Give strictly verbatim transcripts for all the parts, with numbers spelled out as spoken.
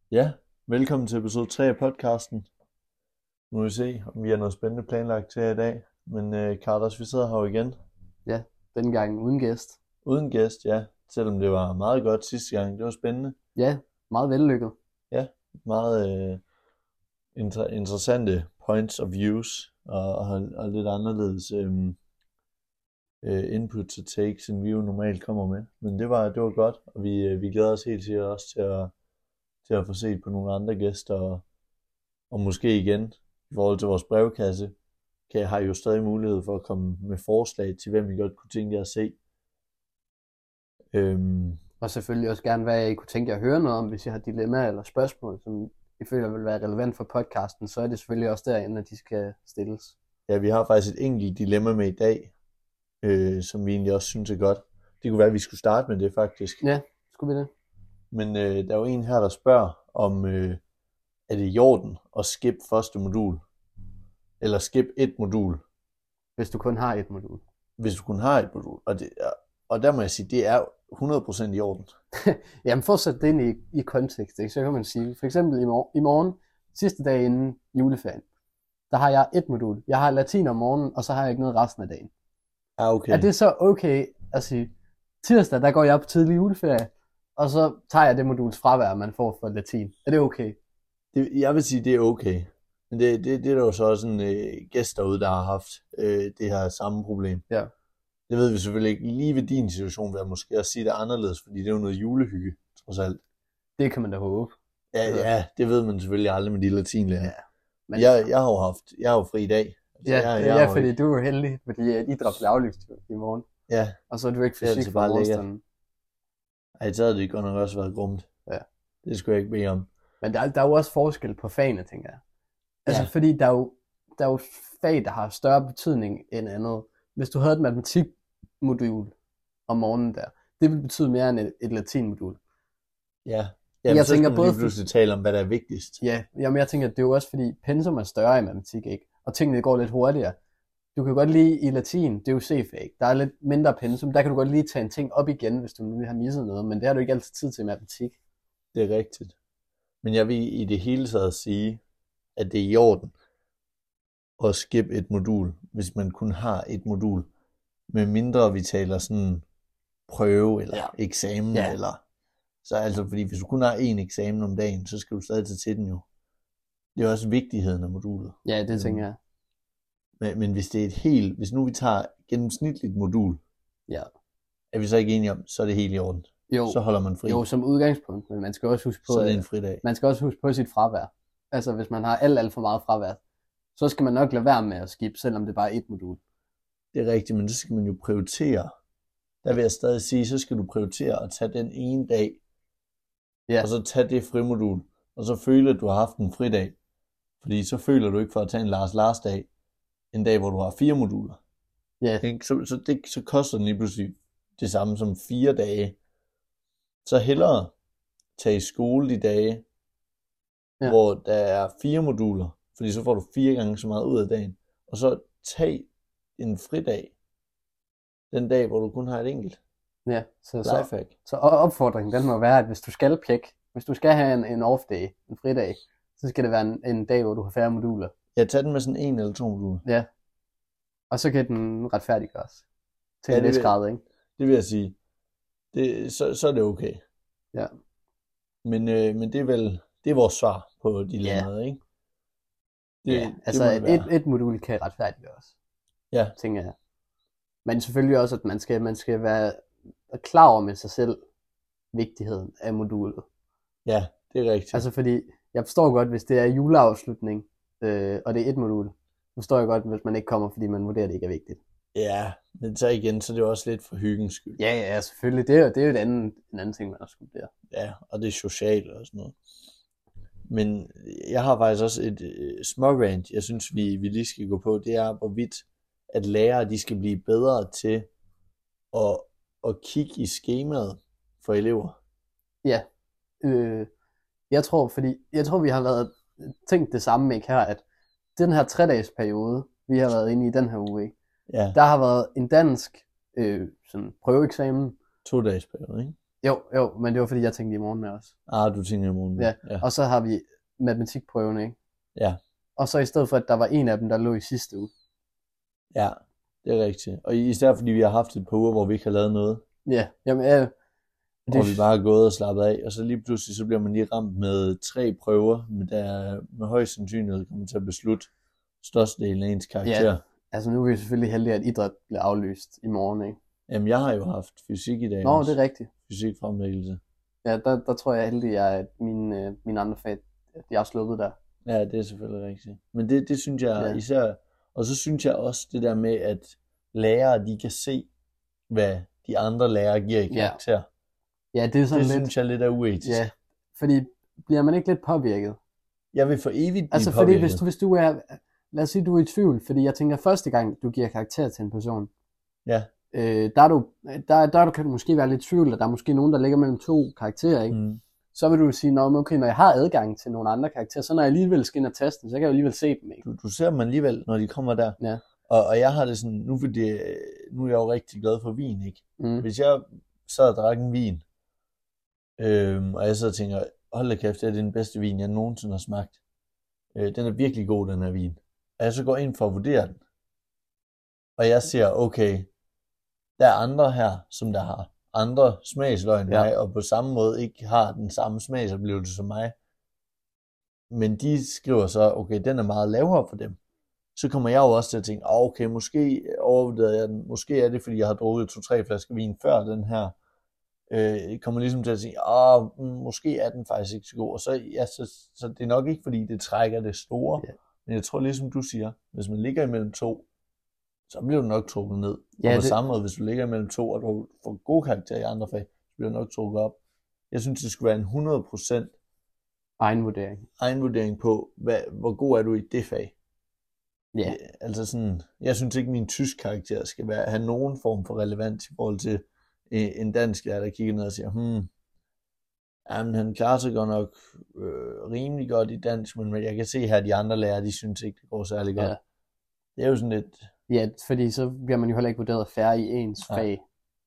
Ja, velkommen til episode tre af podcasten. Nu må vi se, om vi har noget spændende planlagt til i dag. Men uh, Carlos, vi sidder her jo igen. Ja, denne gang uden gæst. Uden gæst, ja. Selvom det var meget godt sidste gang. Det var spændende. Ja, meget vellykket. Ja, meget uh, inter- interessante points of views. Og, og, og lidt anderledes um, uh, inputs og takes, end vi jo normalt kommer med. Men det var, det var godt, og vi, uh, vi glæder os helt sikkert også til at, til at få set på nogle andre gæster. Og, og måske igen, i forhold til vores brevkasse, kan har I jo stadig mulighed for at komme med forslag til, hvem I godt kunne tænke jer at se. Øhm, Og selvfølgelig også gerne, hvad I kunne tænke jer at høre noget om, hvis I har dilemmaer eller spørgsmål, som I føler vil være relevant for podcasten, så er det selvfølgelig også derinde, at de skal stilles. ja, vi har faktisk et enkelt dilemma med i dag, øh, som vi egentlig også synes er godt. Det kunne være, at vi skulle starte med det faktisk. Ja, skulle vi det? Men øh, der er jo en her, der spørger, om øh, er det i orden at skip første modul? Eller skip et modul, Hvis du kun har et modul. hvis du kun har et modul. Og, det, er- og der må jeg sige, det er hundrede procent i orden. Jamen for at sætte det ind i, i kontekst, ikke, så kan man sige, for eksempel i, mor- i morgen, sidste dag inden juleferien, der har jeg et modul. Jeg har latin om morgenen, og så har jeg ikke noget resten af dagen. Ja, okay. Er det så okay at sige, tirsdag, der går jeg på tidlig juleferie, og så tager jeg det moduls fravær, man får for latin. Er det okay? Det, jeg vil sige, det er okay. Men det, det, det er der jo så også en øh, gæst derude, der har haft øh, det her samme problem. Ja. Det ved vi selvfølgelig ikke. Lige ved din situation vil jeg måske også sige det anderledes, fordi det er jo noget julehygge, trods alt. Det kan man da håbe. Ja, ja, det ved man selvfølgelig aldrig med de latinlærer. Ja. Men, Jeg, jeg har jo haft, jeg har jo fri i dag. Altså, ja, jeg, ja, har jo fordi ikke- du er heldig, fordi at idræt bliver aflyst i morgen. Ja, Og så er du ikke Det er fysik altså for bare lækkert. morgenstunden. ej, så havde det godt nok også været grumt. Ja. Det skulle jeg ikke bede om. Men der, der er jo også forskel på fagene, tænker jeg. Altså Ja. fordi der er, jo, der er jo fag, der har større betydning end andet. Hvis du havde et matematikmodul om morgenen der, det ville betyde mere end et, et latinmodul. Ja, Jamen, Jeg så tænker skal man både lige for- pludselig tale om, hvad der er vigtigst. Ja, jamen jeg tænker, at det er jo også fordi pensum er større i matematik, ikke? Og tingene går lidt hurtigere. Du kan godt lide i latin, det er jo C-fag. Der er lidt mindre pensum. Der kan du godt lige tage en ting op igen, hvis du nu har misset noget, men det har du ikke altid tid til i matematik. Det er rigtigt. Men jeg vil i det hele taget sige, at det er i orden at skippe et modul, hvis man kun har et modul. Med mindre vi taler sådan prøve eller Ja. eksamen. Ja. Eller, så altså, fordi hvis du kun har én eksamen om dagen, så skal du stadig tage til den jo. Det er også vigtigheden af modulet. Ja, det tænker jeg. Men, men hvis det er et helt, hvis nu vi tager gennemsnitligt modul, Ja. er vi så ikke enige om, så er det helt i orden. Jo, Så holder man fri. jo, som udgangspunkt, men man skal også huske på, så er det en at- fridag. man skal også huske på sit fravær. Altså hvis man har alt, alt for meget fravær, så skal man nok lade være med at skippe, selvom det bare er et modul. Det er rigtigt, men så skal man jo prioritere. Der vil jeg stadig sige, så skal du prioritere at tage den ene dag, Ja, og så tage det frimodul, og så føle, at du har haft en fridag. Fordi så føler du ikke for at tage en Lars Lars dag, en dag, hvor du har fire moduler. ja, Ikke? Så, så, det, så koster den lige pludselig det samme som fire dage. Så hellere tage i skole de dage, Ja. ja. hvor der er fire moduler, fordi så får du fire gange så meget ud af dagen. Og så tag en fridag, den dag, hvor du kun har et enkelt. ja. Så, så, Lifehack. så opfordringen den må være, at hvis du skal pjekke, hvis du skal have en, en off-day, en fridag, så skal det være en, en dag, hvor du har færre moduler. Ja, tag den med sådan en eller to moduler. Ja. Og så kan den retfærdiggøres. Til Ja, en det vis vil- grad, ikke? Det vil jeg sige. Det, så, så er det okay. Ja. Men, øh, men det er vel, det er vores svar på dilemmaet, ikke? Det, Ja, altså det må det et, være. et modul kan retfærdiggøres, Ja, tænker jeg. Men selvfølgelig også, at man skal, man skal være klar over med sig selv vigtigheden af modulet. ja, det er rigtigt. Altså fordi, jeg forstår godt, hvis det er juleafslutning, øh, og det er et modul, så forstår jeg godt, hvis man ikke kommer, fordi man vurderer, at det ikke er vigtigt. Ja, men så igen, så er det jo også lidt for hyggens skyld. Ja, ja, selvfølgelig. Det er jo, det er jo et andet, en anden ting, man også skulle vurdere. Ja, og det er socialt og sådan noget. Men jeg har faktisk også et øh, smårant, jeg synes, vi, vi lige skal gå på. Det er, hvorvidt at lærere, de skal blive bedre til at, at kigge i skemaet for elever. Ja, øh, jeg tror, fordi, jeg tror, vi har været, tænkt det samme, ikke her, at den her tre-dages periode, vi har været inde i den her uge, ikke? Ja, Der har været en dansk øh, sådan prøveeksamen, to dages periode, ikke? Jo, jo, men det var fordi, jeg tænkte i morgen med også. Ah, du tænker i morgen. Ja, Ja. og så har vi matematikprøven, ikke? Ja. Og så i stedet for, at der var en af dem, der lå i sidste uge. Ja, det er rigtigt. Og især fordi vi har haft et par uger, hvor vi ikke har lavet noget. Ja, jamen, ja, Det... Og vi bare har gået og slappet af, og så lige pludselig så bliver man lige ramt med tre prøver, men der med høj sandsynlighed kommer til at beslutte størstedelen af ens karakter. Ja, altså nu er vi selvfølgelig heldige, at idræt bliver aflyst i morgen, ikke? Jamen, jeg har jo haft fysik i dag. Nå, også. det er rigtigt. Fysikfremlæggelse. Ja, der, der tror jeg heldig, at mine, øh, mine andre fag, de har sluppet der. Ja, det er selvfølgelig rigtigt. Men det, det synes jeg Ja. især, og så synes jeg også det der med, at lærere, de kan se, hvad de andre lærere giver i Ja. karakter. Ja, det er sådan Det lidt... synes jeg lidt er uetisk. Ja, fordi bliver man ikke lidt påvirket? Jeg vil for evigt blive Altså fordi påvirket. hvis du, hvis du er, lad os sige du er i tvivl, fordi jeg tænker første gang du giver karakter til en person, Ja. øh, der, er du, der, der du kan du måske være lidt i tvivl, og der er måske nogen der ligger mellem to karakterer, ikke? Mm. Så vil du sige, nå, men okay, når jeg har adgang til nogle andre karakterer, så når jeg alligevel skal ind og teste, så kan jeg jo alligevel se dem, ikke? Du, du ser dem alligevel, når de kommer der. Ja. Og, og jeg har det sådan, nu, fordi, nu er jeg jo rigtig glad for vin, ikke? Mm. Hvis jeg sad og drak en vin, øhm, og jeg så tænker, hold da kæft, det er den bedste vin, jeg nogensinde har smagt. Øh, den er virkelig god, den her vin. Og jeg så går ind for at vurdere den. Og jeg siger, okay, der er andre her, som der har andre smagsløg end Ja. mig, og på samme måde ikke har den samme smagsoplevelse som mig. Men de skriver så, okay, den er meget lavere for dem. Så kommer jeg jo også til at tænke, ah, okay, måske overvurderede jeg den. Måske er det, fordi jeg har drukket to-tre flasker vin før den her. Øh, jeg kommer ligesom til at sige, ah, måske er den faktisk ikke så god. Og så, ja, så, så det er nok ikke, fordi det trækker det store. Ja. Men jeg tror ligesom du siger, hvis man ligger imellem to, så bliver du nok trukket ned. Ja, og på det- samme måde, hvis du ligger imellem to, og du får gode karakterer i andre fag, så bliver du nok trukket op. Jeg synes, det skulle være en hundrede procent Egen vurdering. egen vurdering på, hvad, hvor god er du i det fag. Ja. Øh, Altså sådan, jeg synes ikke, min tysk karakter skal være, have nogen form for relevans i forhold til øh, en dansk lærer, der kigger ned og siger, hmm, jamen, han klarer sig godt nok øh, rimelig godt i dansk, men jeg kan se her, at de andre lærere, de synes ikke, det går særlig godt. Ja. Det er jo sådan lidt, Ja, fordi så bliver man jo heller ikke vurderet færre i ens Nej. fag.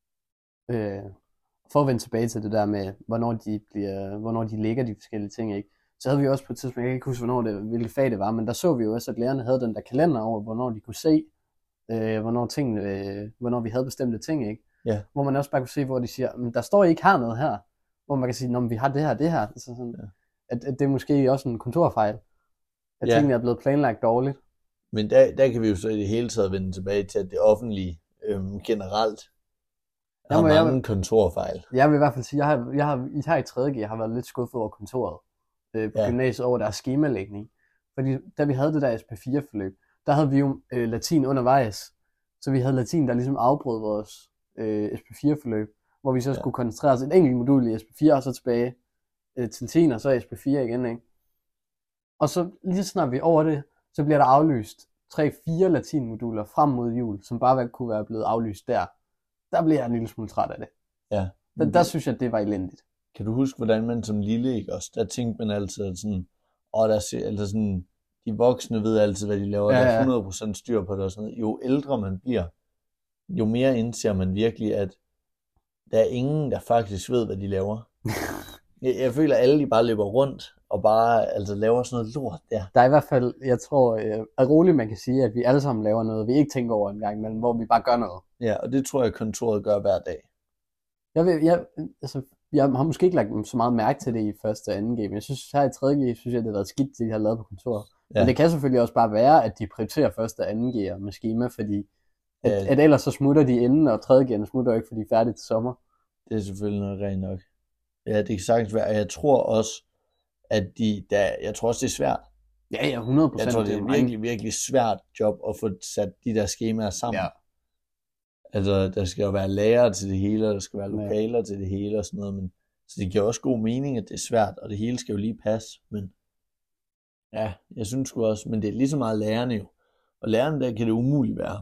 Øh, for at vende tilbage til det der med, hvornår de, bliver, hvornår de ligger de forskellige ting, ikke? Så havde vi også på et tidspunkt, jeg kan ikke huske, hvornår det, hvilket fag det var, men der så vi jo også, at lærerne havde den der kalender over, hvornår de kunne se, øh, hvornår, tingene, øh, hvornår vi havde bestemte ting, ikke? Ja. Hvor man også bare kunne se, hvor de siger, men der står I ikke har noget her. Hvor man kan sige, når vi har det her, det her. Så sådan, Ja. at, at det er måske også en kontorfejl. At Ja. tingene er blevet planlagt dårligt. men der, der kan vi jo så i det hele taget vende tilbage til, at det offentlige øhm, generelt har Jamen, jeg- mange kontorfejl. Jeg vil i hvert fald sige, jeg har, jeg har, her i tredje G har været lidt skuffet over kontoret øh, på Ja. ja. gymnasiet over deres skemalægning. Fordi da vi havde det der S P fire forløb, der havde vi jo øh, latin undervejs. Så vi havde latin, der ligesom afbrød vores øh, S P fire forløb, hvor vi så Ja. skulle koncentrere os et enkelt modul i S P fire, og så tilbage øh, til latin, og så S P fire igen, ikke? Og så lige så snart vi er over det, så bliver der aflyst tre-fire latinmoduler frem mod jul, som bare kunne være blevet aflyst der. Der bliver jeg en lille smule træt af det. Ja. Der, der synes jeg, det var elendigt. Kan du huske, hvordan man som lille, ikke også, der tænkte man altid, at sådan, åh, der ser, altså sådan, de voksne ved altid, hvad de laver, Ja, der er ja. hundrede procent styr på det og sådan noget. Jo ældre man bliver, jo mere indser man virkelig, at der er ingen, der faktisk ved, hvad de laver. jeg, jeg føler, at alle de bare løber rundt og bare altså, laver sådan noget lort der. Der er i hvert fald, jeg tror, øh, er roligt man kan sige, at vi alle sammen laver noget, vi ikke tænker over en gang imellem, hvor vi bare gør noget. Ja, og det tror jeg, kontoret gør hver dag. Jeg, ved, jeg, altså, jeg har måske ikke lagt så meget mærke til det i første og anden G, men jeg synes her i tredje G, synes jeg, det har været skidt, det de har lavet på kontoret. Ja. Ja. Men det kan selvfølgelig også bare være, at de prioriterer første og anden G'er med schema, fordi at, Ja. at ellers så smutter de inden, og tredje G'erne smutter jo ikke, fordi de er færdige til sommer. Det er selvfølgelig noget rent nok. Ja, det kan sagtens være. Og jeg tror også, at de, der, jeg tror også, det er svært. Ja, ja, hundrede procent. Jeg tror, det er et virkelig, virkelig svært job at få sat de der skemaer sammen. Ja. Altså, der skal jo være lærere til det hele, og der skal være Ja. lokaler til det hele og sådan noget, men så det giver også god mening, at det er svært, og det hele skal jo lige passe, men ja, jeg synes sgu også, men det er lige så meget lærerne jo, og lærerne der kan det umuligt være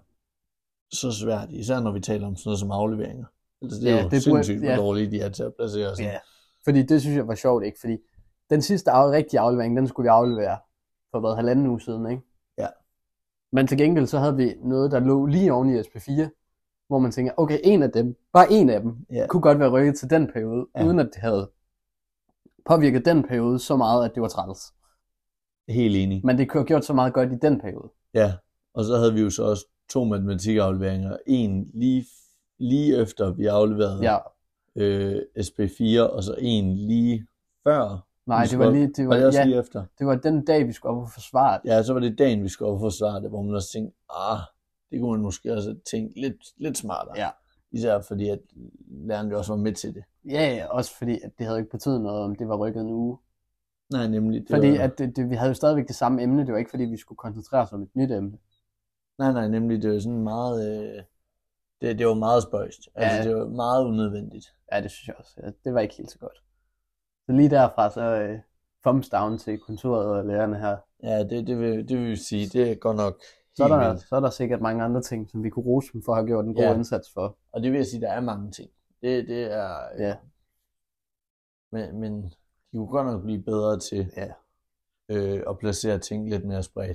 så svært, især når vi taler om sådan noget som afleveringer. Altså, det er Ja, jo det burde- sindssygt, hvor ja. dårlige de er til at placere sig. Ja, fordi det synes jeg var sjovt, ikke? Fordi den sidste af, rigtige aflevering, den skulle vi aflevere for hvad, halvanden uge siden, ikke? Ja. Men til gengæld så havde vi noget, der lå lige oven i S P fire, hvor man tænker, okay, en af dem, bare en af dem, Ja. kunne godt være rykket til den periode, Ja. uden at det havde påvirket den periode så meget, at det var træls. Helt enig. Men det kunne have gjort så meget godt i den periode. Ja, og så havde vi jo så også to matematikafleveringer. En lige, lige efter vi afleverede Ja, øh, S P fire, og så en lige før. nej, vi det var skulle- lige, det Var var, det også ja, lige efter? det var den dag, vi skulle op og forsvare det. Ja, så var det dagen, vi skulle op og forsvare det, hvor man også tænkte, ah, det kunne man måske også tænke lidt, lidt smartere. Ja. Især fordi, at læreren jo også var med til det. Ja, ja, også fordi, at det havde ikke betydet noget, om det var rykket en uge. Nej, nemlig. Det Fordi var, at det, det, vi havde jo stadigvæk det samme emne, det var ikke fordi, vi skulle koncentrere os om et nyt emne. Nej, nej, nemlig, det var sådan meget, øh, det, det var meget spøjst. Altså, Ja. det var meget unødvendigt. Ja, det synes jeg også. Ja, det var ikke helt så godt. Så lige derfra, så øh, thumbs down til kontoret og lærerne her. Ja, det, det, vil, det vil jeg sige, det er godt nok Så er, helt der, vildt. så er der sikkert mange andre ting, som vi kunne rose dem for at have gjort en god Ja. indsats for. Og det vil jeg sige, der er mange ting. Det, det er, øh, Ja, men, men de kunne godt nok blive bedre til ja. øh, at placere ting lidt mere spredt.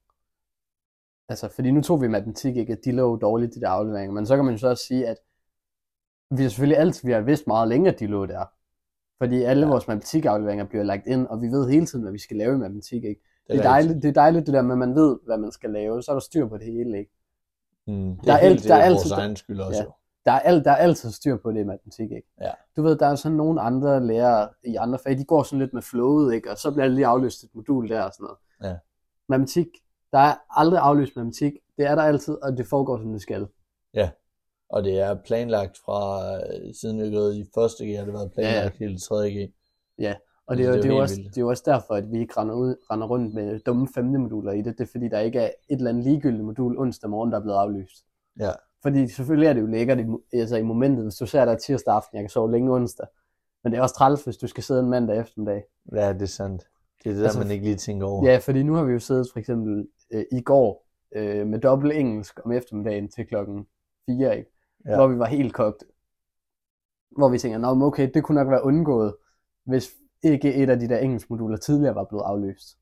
Altså, fordi nu tog vi matematik, ikke? At de lå dårligt, de der afleveringer. Men så kan man jo så også sige, at vi har selvfølgelig altid, vi har vidst meget længe, at de lå der. Fordi alle Ja. ja. vores matematikafleveringer bliver lagt ind, og vi ved hele tiden, hvad vi skal lave i matematik, ikke? Det er, rigtigt. dejligt, det er dejligt det der med, at man ved, hvad man skal lave. Så er der styr på det hele, ikke? Mm, det Der er, er helt alt- der er det, altid- vores egen skyld også. Ja. Jo. Der er, alt, der er altid styr på det i matematik, ikke? Ja. Du ved, der er sådan nogle andre lærere i andre fag, de går sådan lidt med flowet, ikke? Og så bliver der lige afløst et modul der og sådan noget. Ja. Matematik, der er aldrig afløst matematik. Det er der altid, og det foregår, som det skal. Og det er planlagt fra, øh, siden vi er gået i første G, har det været planlagt hele tredje G. Og det er, jo, Altså, det, er jo helt også, vildt. det er jo også derfor, at vi ikke render, ud, render rundt med dumme femte moduler i det. Det er fordi, der ikke er et eller andet ligegyldigt modul onsdag morgen, der er blevet aflyst. Ja. Fordi selvfølgelig er det jo lækkert i, mo- altså i momentet, hvis du ser der tirsdag aften, jeg kan sove længe onsdag. Men det er også træls, hvis du skal sidde en mandag eftermiddag. Ja, det er sandt. Det er det, Altså, der man ikke lige tænker over. Ja, fordi nu har vi jo siddet for eksempel øh, i går øh, med dobbelt engelsk om eftermiddagen til klokken fire, ikke? Ja. Hvor vi var helt kogte. Hvor vi tænker, nå, men okay, det kunne nok være undgået, hvis ikke et af de der engelskmoduler tidligere var blevet afløst.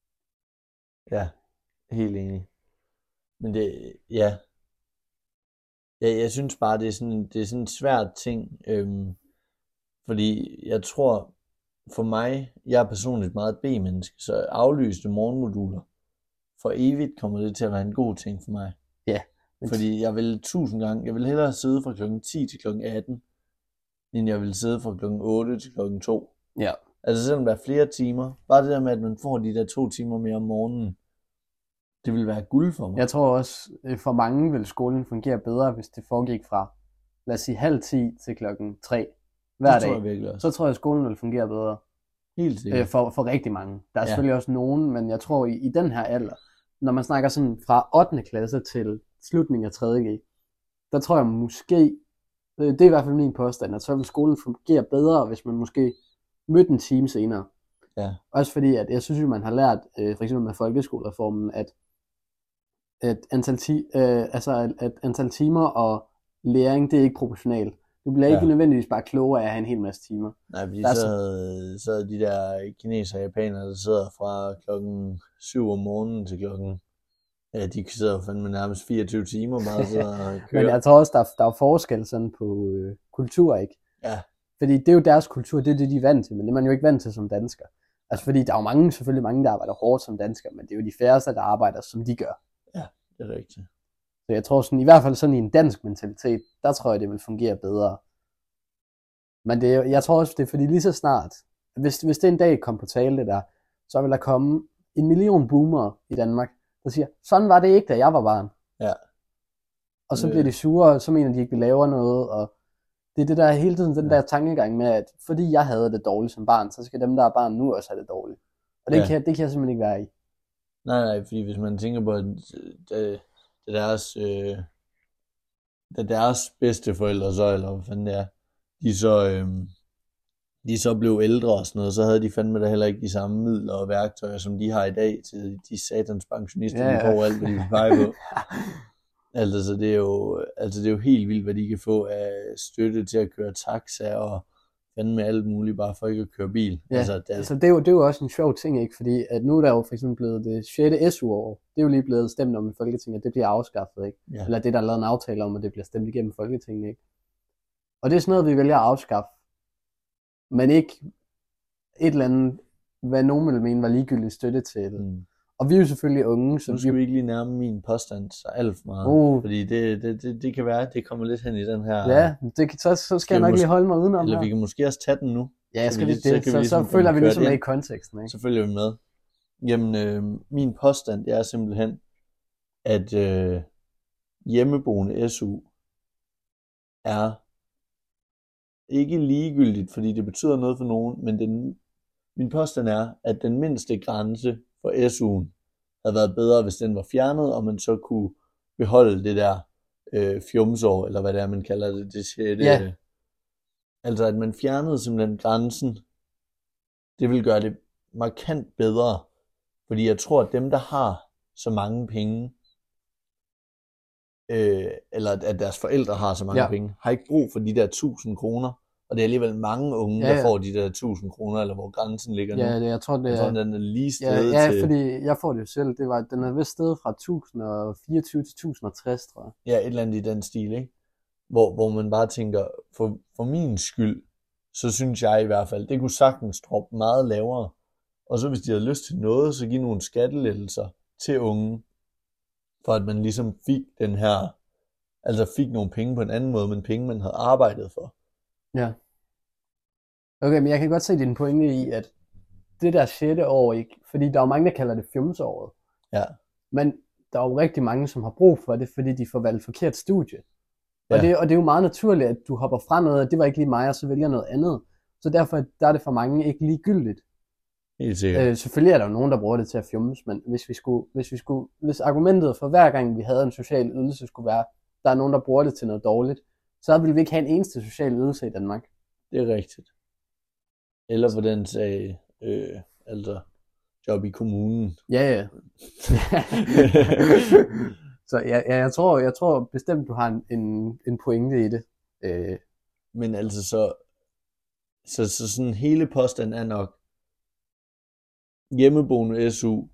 Ja, helt enig. Men det, ja. Ja, jeg synes bare, det er sådan, det er sådan en svær ting, øhm, fordi jeg tror, for mig, jeg er personligt meget et B-menneske, så aflyste morgenmoduler for evigt kommer det til at være en god ting for mig. Ja. Men Fordi jeg vil tusind gange, jeg vil hellere sidde fra klokken ti til klokken atten, end jeg vil sidde fra klokken otte til klokken to. Ja. Altså selvom der er flere timer, bare det der med, at man får de der to timer mere om morgenen, det vil være guld for mig. Jeg tror også, øh, for mange vil skolen fungere bedre, hvis det foregik fra, lad os sige, halv ti til klokken tre hver det dag. tror jeg virkelig også. Så tror jeg, at skolen vil fungere bedre. Helt sikkert. Øh, for, for rigtig mange. Der er Ja. selvfølgelig også nogen, men jeg tror i, i den her alder, når man snakker sådan fra ottende klasse til slutningen af tredje G, der tror jeg måske, øh, det er i hvert fald min påstand, at så vil skolen fungere bedre, hvis man måske mødte en time senere. Ja. Også fordi, at jeg synes jo, man har lært, øh, for eksempel med folkeskolereformen, at, at, antal ti, øh, altså, at, at antal timer og læring, det er ikke proportionalt. Du bliver ikke Ja. nødvendigvis bare klogere af at have en hel masse timer. Nej, fordi Der er så, så- havde- så havde de der kinesere og japanere, der sidder fra klokken syv om morgenen til klokken, ja, de sidder jo fandme nærmest fireogtyve timer bare sidder og kører. Men jeg tror også, der er, der er forskel sådan på øh, kultur, ikke? Ja. Fordi det er jo deres kultur, det er det, de er vant til, men det er man jo ikke vant til som dansker. Altså fordi der er jo mange, selvfølgelig mange, der arbejder hårdt som dansker, men det er jo de færreste, der arbejder, som de gør. Det er rigtigt. Så jeg tror sådan, i hvert fald sådan i en dansk mentalitet, der tror jeg, det vil fungere bedre. Men det er, jeg tror også, det er fordi lige så snart, hvis, hvis det en dag kom på tale det der, så vil der komme en million boomere i Danmark, der siger, sådan var det ikke, da jeg var barn. Ja. Og så Øh. bliver de sure, og så mener de ikke, vi laver noget, og det er det der hele tiden, den Ja. der tankegang med, at fordi jeg havde det dårligt som barn, så skal dem, der er barn nu også have det dårligt. Og det, Ja. kan, det kan jeg simpelthen ikke være i. Nej, nej, fordi hvis man tænker på, at det, det er deres, øh, da deres bedsteforældre så, eller hvad fanden det er, de så, øh, de så blev ældre og sådan noget, så havde de fandme da heller ikke de samme midler og værktøjer, som de har i dag til de satans pensionister, Ja, ja, ja. de får alt, hvad de vil pege på. Altså, så det er jo, altså, det er jo helt vildt, hvad de kan få af støtte til at køre taxa og fanden med alt muligt, bare for ikke at køre bil. Ja, altså, det, altså det, er jo, det er jo også en sjov ting, ikke? Fordi at nu er der jo for eksempel blevet det sjette S U-år. Det er jo lige blevet stemt om i Folketinget, at det bliver afskaffet, ikke? Ja. Eller det, der er lavet en aftale om, at det bliver stemt igennem Folketinget, ikke? Og det er sådan noget, vi vælger at afskaffe. Men ikke et eller andet, hvad nogen vil mene var ligegyldigt støtte til. mm. Og vi er jo selvfølgelig unge, så Nu vi... skal vi ikke lige nærme min påstand så alt for meget, Uh. fordi det, det, det, det kan være, at det kommer lidt hen i den her... Ja, det, kan- så, så skal jeg vi nok måske- lige holde mig udenom Eller her. vi kan måske også tage den nu. Ja, jeg så skal vi lige lige- det, så så, kan vi så, ligesom så føler få vi den ligesom kørt med i ind. konteksten, ikke? Så følger vi med. Jamen, øh, min påstand, det er simpelthen, at øh, hjemmeboende S U er ikke ligegyldigt, fordi det betyder noget for nogen, men den, min påstand er, at den mindste grænse for S U'en havde været bedre, hvis den var fjernet, og man så kunne beholde det der øh, fjumsår, eller hvad det er, man kalder det, det sjette. Ja. Altså, at man fjernede simpelthen grænsen, det vil gøre det markant bedre, fordi jeg tror, at dem, der har så mange penge, øh, eller at deres forældre har så mange Ja. penge, har ikke brug for de der tusind kroner, og det er alligevel mange unge, Ja, der ja. får de der tusind kroner, eller hvor grænsen ligger nu. Ja, det, jeg tror, det Jeg tror, er... den er lige Ja, stedet ja, til fordi jeg får det jo selv. Det var, den er vist stedet fra tusind og fireogtyve til tusind og tres, tror jeg. ja, et eller andet i den stil, ikke? Hvor, hvor man bare tænker, for, for min skyld, så synes jeg i hvert fald, det kunne sagtens droppe meget lavere. Og så hvis de havde lyst til noget, så give nogle skattelettelser til unge, for at man ligesom fik den her, altså fik nogle penge på en anden måde, men penge, man havde arbejdet for. Ja. Okay, men jeg kan godt se din pointe i, at det der sjette år, ikke? Fordi der er jo mange, der kalder det fjumseåret. Ja, Men der er jo rigtig mange, som har brug for det, fordi de får valgt forkert studie. Og, Ja. det, og det er jo meget naturligt, at du hopper fra noget, og det var ikke lige mig, og så vælger noget andet. Så derfor der er det for mange ikke ligegyldigt. helt sikkert. Øh, selvfølgelig er der jo nogen, der bruger det til at fjummes, men hvis vi skulle, hvis vi skulle, hvis argumentet for hver gang vi havde en social ydelse skulle være, der er nogen, der bruger det til noget dårligt, så ville vi ikke have en eneste social ydelse i Danmark. Det er rigtigt. Eller for den sag, øh, altså job i kommunen. Ja, ja. Så ja, ja, jeg tror, jeg tror bestemt, du har en, en, en pointe i det. Øh, Men altså så, så, så sådan hele påstanden er nok, hjemmeboende S U,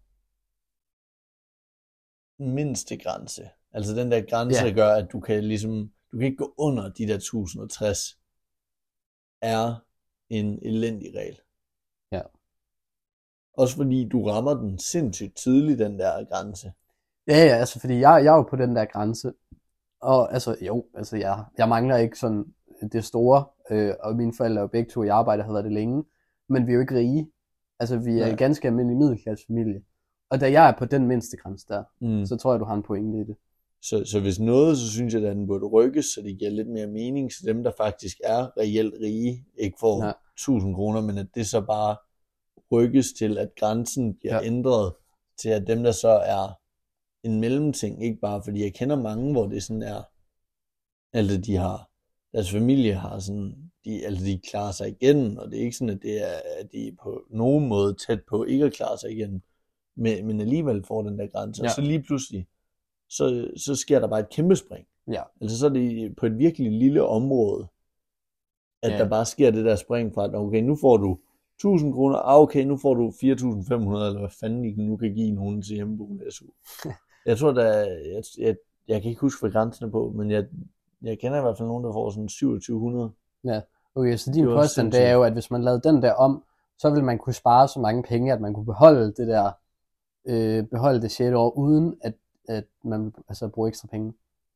mindste grænse. Altså den der grænse, Ja. der gør, at du kan ligesom, du kan ikke gå under de der tusind og tres, er en elendig regel. Ja. Også fordi du rammer den sindssygt tidligt, den der grænse. Ja, ja, altså fordi jeg, jeg er jo på den der grænse, og altså jo, altså jeg, jeg mangler ikke sådan det store, øh, og mine forældre er jo begge to i arbejde, har været det længe, men vi er jo ikke rige, altså vi er Nej. en ganske almindelig middelklassefamilie, og da jeg er på den mindste grænse der, Mm. så tror jeg, du har en pointe i det. Så, så hvis noget, så synes jeg, at den burde rykkes, så det giver lidt mere mening, så dem, der faktisk er reelt rige, ikke får Ja. tusind kroner, men at det så bare rykkes til, at grænsen bliver Ja. ja. ændret til, at dem, der så er en mellemting, ikke bare, fordi jeg kender mange, hvor det sådan er, altså de har, deres familie har sådan, de, altså de klarer sig igen, og det er ikke sådan, at det er, at de er på nogen måde tæt på ikke at klare sig igen, men, men alligevel får den der grænse, Ja. og så lige pludselig, så, så sker der bare et kæmpe spring. Ja. Altså så er det på et virkelig lille område, at Ja. der bare sker det der spring fra, at okay, nu får du tusind kroner, ah, okay, nu får du fire tusind fem hundrede, eller hvad fanden I nu kan give nogen til hjemmeboende S U. Jeg tror, der er, jeg, jeg, jeg kan ikke huske, hvad grænsen er på, men jeg, jeg kender i hvert fald nogen, der får sådan syvogtyve hundrede. Okay, så din Det var påstand, det sindssygt. er jo, at hvis man lavede den der om, så ville man kunne spare så mange penge, at man kunne beholde det der, øh, beholde det sjette år, uden at, at man altså bruger ekstra penge.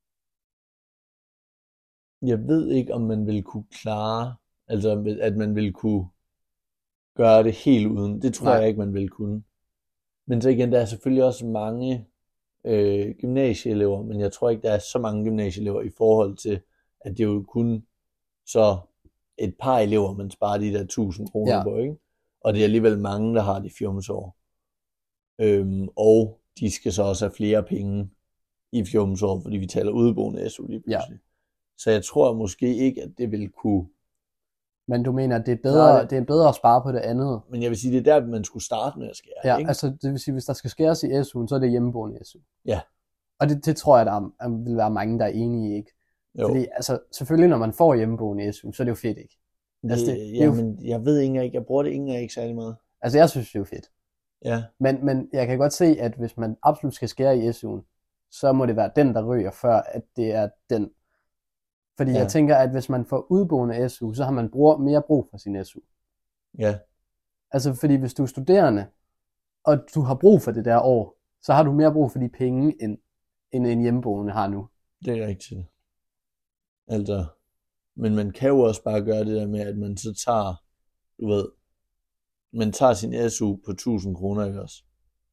Jeg ved ikke, om man vil kunne klare, altså at man vil kunne gøre det helt uden. Det tror Nej. jeg ikke, man vil kunne. Men så igen, der er selvfølgelig også mange øh, gymnasieelever, men jeg tror ikke, der er så mange gymnasieelever i forhold til, at det er jo kun så et par elever, man sparer de der tusind kroner Ja. på, ikke? Og det er alligevel mange, der har de fjumsår. Øhm, og de skal så også have flere penge i fjumsår, fordi vi taler udeboende S U lige pludselig. Så jeg tror måske ikke, at det vil kunne. Men du mener, at det er bedre, Nej, det- det er bedre at spare på det andet? Men jeg vil sige, det er der, man skulle starte med at skære. Ja, ikke? altså det vil sige, hvis der skal skæres i S U'en, så er det hjemmeboende S U. Ja. Og det, det tror jeg, der er, vil være mange, der er enige i, ikke? Jo. Fordi altså, selvfølgelig, når man får hjemmeboende S U, så er det jo fedt, ikke? Det, Altså, altså, det- det, det er jo- jamen, jeg ved ikke engang, jeg bruger det ikke engang ikke særlig meget. Altså, jeg synes, det er jo fedt. Ja, Men, men jeg kan godt se, at hvis man absolut skal skære i S U'en, så må det være den, der ryger, før at det er den. Fordi Ja. jeg tænker, at hvis man får udboende S U, så har man brug, mere brug for sin S U. ja, Altså, fordi hvis du er studerende, og du har brug for det der år, så har du mere brug for de penge, end, end en hjemmeboende har nu. det er rigtigt. Altså, men man kan jo også bare gøre det der med, at man så tager, du ved, man tager sin S U på tusind kroner, ikke også?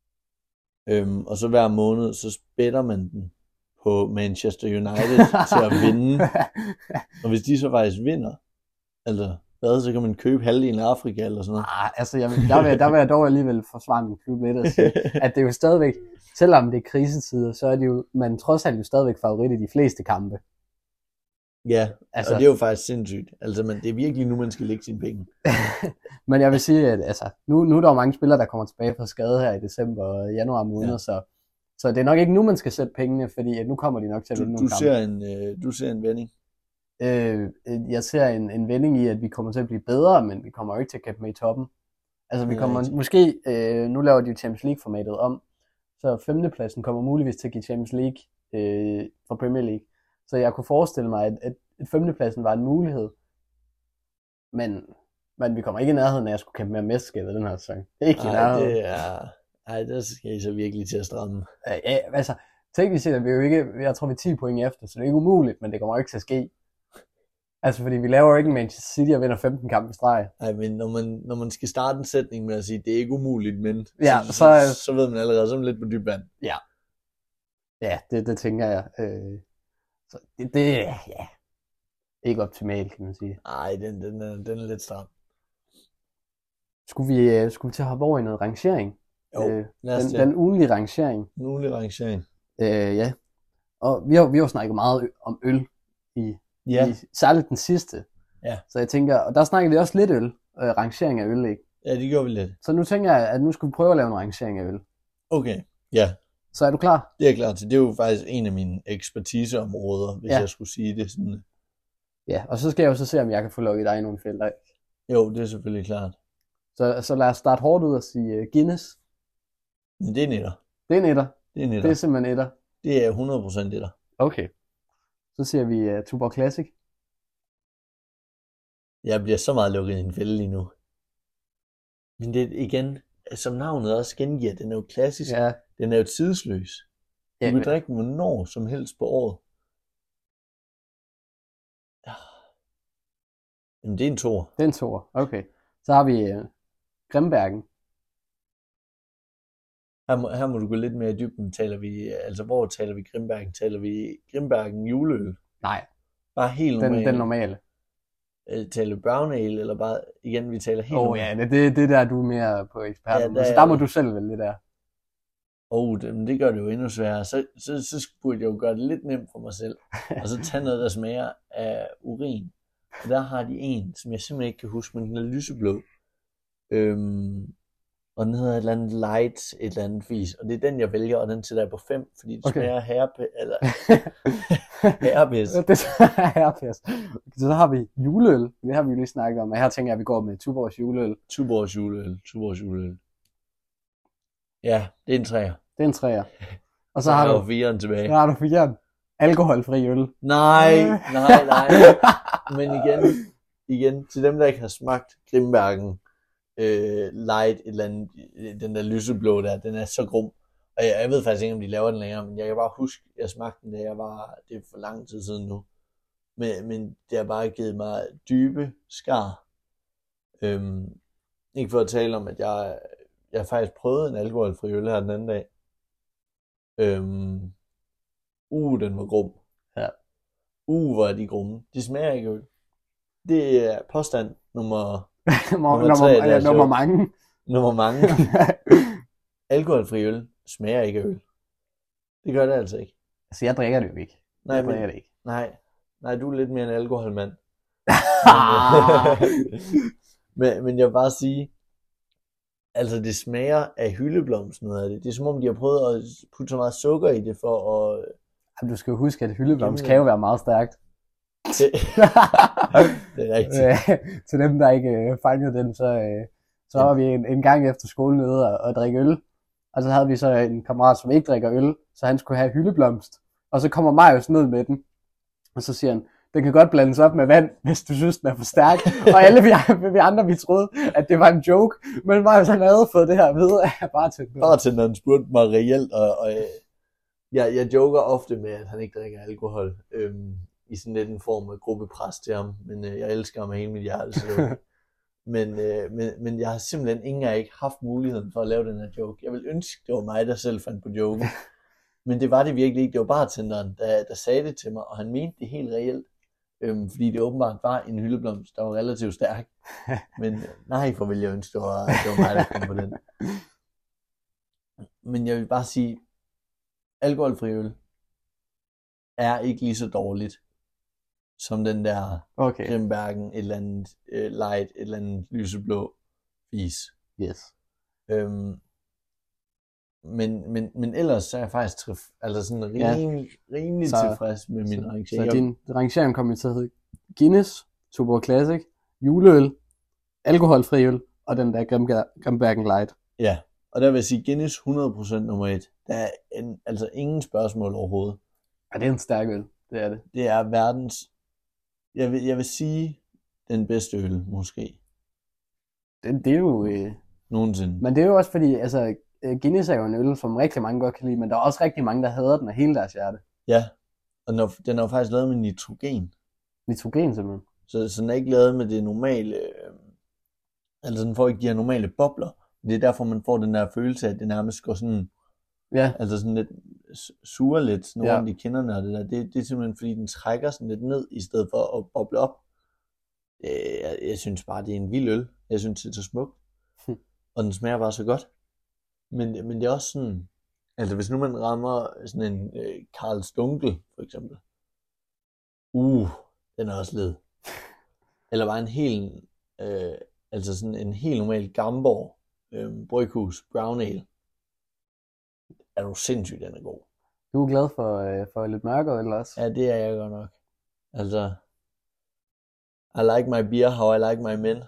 Øhm, og så hver måned, så spætter man den på Manchester United til at vinde. Og hvis de så faktisk vinder, altså, hvad, så kan man købe halvdelen af Afrika eller sådan noget. Ah, altså, jeg, der, vil, der vil jeg dog alligevel forsvare min klub lidt og sige, at det er jo stadigvæk, selvom det er krisetider, så er det jo, man trods alt jo stadigvæk favorit i de fleste kampe. Ja, Altså, og det er jo faktisk sindssygt. Altså, men det er virkelig nu, man skal lægge sine penge. men jeg vil sige, at altså, nu, nu er der jo mange spillere, der kommer tilbage fra skade her i december og januar måned, Ja. så, så det er nok ikke nu, man skal sætte pengene, fordi at nu kommer de nok til at Du, vinde du, nogle kampe. ser en, øh, du ser en vending. Øh, jeg ser en, en vending i, at vi kommer til at blive bedre, men vi kommer jo ikke til at kæmpe med i toppen. Altså vi Det er kommer rigtigt. måske, øh, nu laver de jo Champions League-formatet om, så femtepladsen kommer muligvis til at give Champions League øh, fra Premier League. Så jeg kunne forestille mig, at, at, at femtepladsen var en mulighed, men, men vi kommer ikke i nærheden af at skulle kæmpe med mesterskabet den her sæson. Ikke i Nej, nærheden. det er... Ej, der skal I så virkelig til at stramme. Ja, ja, altså, teknisk set er vi jo ikke, jeg tror vi er ti point efter, så det er ikke umuligt, men det kommer jo ikke til at ske. Altså, fordi vi laver jo ikke en Manchester City og vinder femten kampe i streg. Ej, men når man, når man skal starte en sætning med at sige, det er ikke umuligt, men Ja, så, så- så, så ved man allerede, så er man lidt på dyb vand. Ja, det, det tænker jeg. Øh, så det, det ja, ikke optimalt, kan man sige. Ej, den, den, er, den er lidt stram. Skulle vi, øh, skulle vi til at hoppe over i noget rangering? Jo, øh, lad os den, det. den ugenlige rangering. En ugenlig rangering. Øh, ja. Og vi har, vi har jo snakket meget ø- om øl, i, Ja, i, særligt den sidste. Ja. Så jeg tænker, og der snakkede vi også lidt øl, øh, rangering af øl, ikke? ja, det gjorde vi lidt. Så nu tænker jeg, at nu skal vi prøve at lave en rangering af øl. Okay, ja, Så er du klar? det er jeg klar til. Det er jo faktisk en af mine ekspertiseområder, hvis Ja. jeg skulle sige det sådan. Ja, og så skal jeg jo så se, om jeg kan få lukket dig i nogle felter. Jo, det er selvfølgelig klart. Så, så lad os starte hårdt ud og sige uh, Guinness. Men det er netter. Det er en etter. Det er netter. Det er simpelthen etter. Det er hundrede procent netter. Okay. Så siger vi uh, Tuborg Classic. Jeg bliver så meget lukket i en fælde lige nu. Men det er igen, som navnet også gengiver, den er jo klassisk. Ja, Den er jo tidsløs. Du ja kan men, drikke den hvornår som helst på året. Ja. Jamen, det er en toer. det er en toer. Okay. Så har vi uh, Grimbergen. Her må, her må du gå lidt mere i dybden. Taler vi, altså, hvor taler vi Grimbergen? Taler vi Grimbergen juleøl? Nej, Bare helt den, normalt? den normale. Øh, Taler vi brown ale, eller bare, igen, vi taler helt Åh oh, normalt? ja, det, det, det der du er mere på eksperten. Ja, Ja, der så er der må jeg. du selv vælge det der. Åh, oh, det, men det gør det jo endnu sværere. Så, så, så burde jeg jo gøre det lidt nemt for mig selv. Og så tage noget, der smager af urin. Og der har de en, som jeg simpelthen ikke kan huske, men den er lyseblå. Øhm, og den hedder et eller andet light, et eller andet fis. Og det er den, jeg vælger, og den sætter jeg på fem, fordi det Okay. smager herpe, eller herpes. det er herpes. Så der har vi juleøl. Det har vi jo lige snakket om. Og her tænker jeg, at vi går med Tuborgs juleøl. Tuborgs juleøl, Tuborgs juleøl. Ja, det er en træer. Det er en træer. Og så Så har har du, jeg fireren tilbage. så har du fjern. Alkoholfri øl. Nej, nej, nej. Men igen, igen, til dem, der ikke har smagt Grimbergen øh, Light, et eller andet, den der lyseblå der, den er så grum. Og jeg, jeg ved faktisk ikke, om de laver den længere, men jeg kan bare huske, jeg smagte den, da jeg var, det er for lang tid siden nu. Men, men det har bare givet mig dybe skar. Øhm, ikke for at tale om, at jeg, jeg har faktisk prøvet en alkoholfri øl her den anden dag. Øhm, uh, den var grum. Ja. Uh, hvor er de grumme. De smager ikke øl. Det er påstand nummer, nummer, Nummer tre, nummer, det er ja, nummer sjovt. mange. nummer mange. Alkoholfri øl smager ikke af øl. Det gør det altså ikke. altså, jeg drikker det jo ikke. Nej, jeg men, drikker det ikke. nej, nej, du er lidt mere en alkoholmand. Ah. men, men jeg vil bare sige, altså det smager af hyldeblomst noget af det. Det er som om, de har prøvet at putte så meget sukker i det for at... Jamen, du skal jo huske, at hyldeblomst Jamen, kan jo være meget stærkt. Det, det er rigtigt. Til dem, der ikke øh, fangede den, så, øh, så var vi en, en gang efter skole nede og, og drikke øl. Og så havde vi så en kammerat, som ikke drikker øl, så han skulle have hyldeblomst. Og så kommer Marius ned med den, og så siger han, den kan godt blandes op med vand, hvis du synes, den er for stærk. Og alle vi, vi andre, vi troede, at det var en joke. Men Marius, han havde fået det her ved af bartenderen. Bartenderen spurgte mig reelt, og, og jeg, jeg joker ofte med, at han ikke drikker alkohol. Øhm, I sådan lidt en form af gruppepres til ham. Men øh, jeg elsker ham af hele mit hjerte. Så. Men, øh, men, men jeg har simpelthen ingen af ikke haft muligheden for at lave den her joke. Jeg vil ønske, det var mig, der selv fandt på joken. Men det var det virkelig ikke. Det var bartenderen, der, der sagde det til mig, og han mente det helt reelt. Øhm, fordi det åbenbart var en hyldeblomst, der var relativt stærk. Men nej, for vil jeg ønske, det var, det var mig, der kom på den. Men jeg vil bare sige, alkoholfri øl er ikke lige så dårligt, som den der okay. Grimbergen, et eller andet uh, light, et eller andet lyseblå fis. Yes. Øhm, men, men, men ellers så er jeg faktisk trif, altså sådan rimelig, ja. rimelig så, tilfreds med min så, rangering. Så din rangering kommer til at hedde Guinness, Tuborg Classic, juleøl, alkoholfri øl og den der Grimbergen Light. Ja, og der vil jeg sige Guinness hundrede procent nummer et. Der er en, altså ingen spørgsmål overhovedet. Ja, det er en stærk øl, det er det. Det er verdens, jeg vil, jeg vil sige, den bedste øl måske. Det, det er jo... Øh... Nogensinde. Men det er jo også fordi, altså Guinness er jo en øl, som rigtig mange godt kan lide, men der er også rigtig mange, der hader den af hele deres hjerte. Ja, og når, den er jo faktisk lavet med nitrogen. Nitrogen simpelthen? Så, så den er ikke lavet med det normale, øh, altså den får ikke de her normale bobler. Det er derfor, man får den der følelse af, at det nærmest går sådan, ja. altså sådan lidt suger lidt sådan ja. rundt i kinderne og det der. Det, det er simpelthen fordi, den trækker sådan lidt ned, i stedet for at boble op. Øh, jeg, jeg synes bare, det er en vild øl. Jeg synes, det er så smukt. Hm. Og den smager bare så godt. Men, men det er også sådan, altså hvis nu man rammer sådan en øh, Karl Dunkel, for eksempel. Uh, den er også led. Eller bare en helt, øh, altså sådan en helt normal Gamborg øh, Bryghus Brown Ale. Er du sindssygt, den er god. Du er glad for, øh, for lidt mørkere eller også? Ja, det er jeg godt nok. Altså, I like my beer, how I like my men.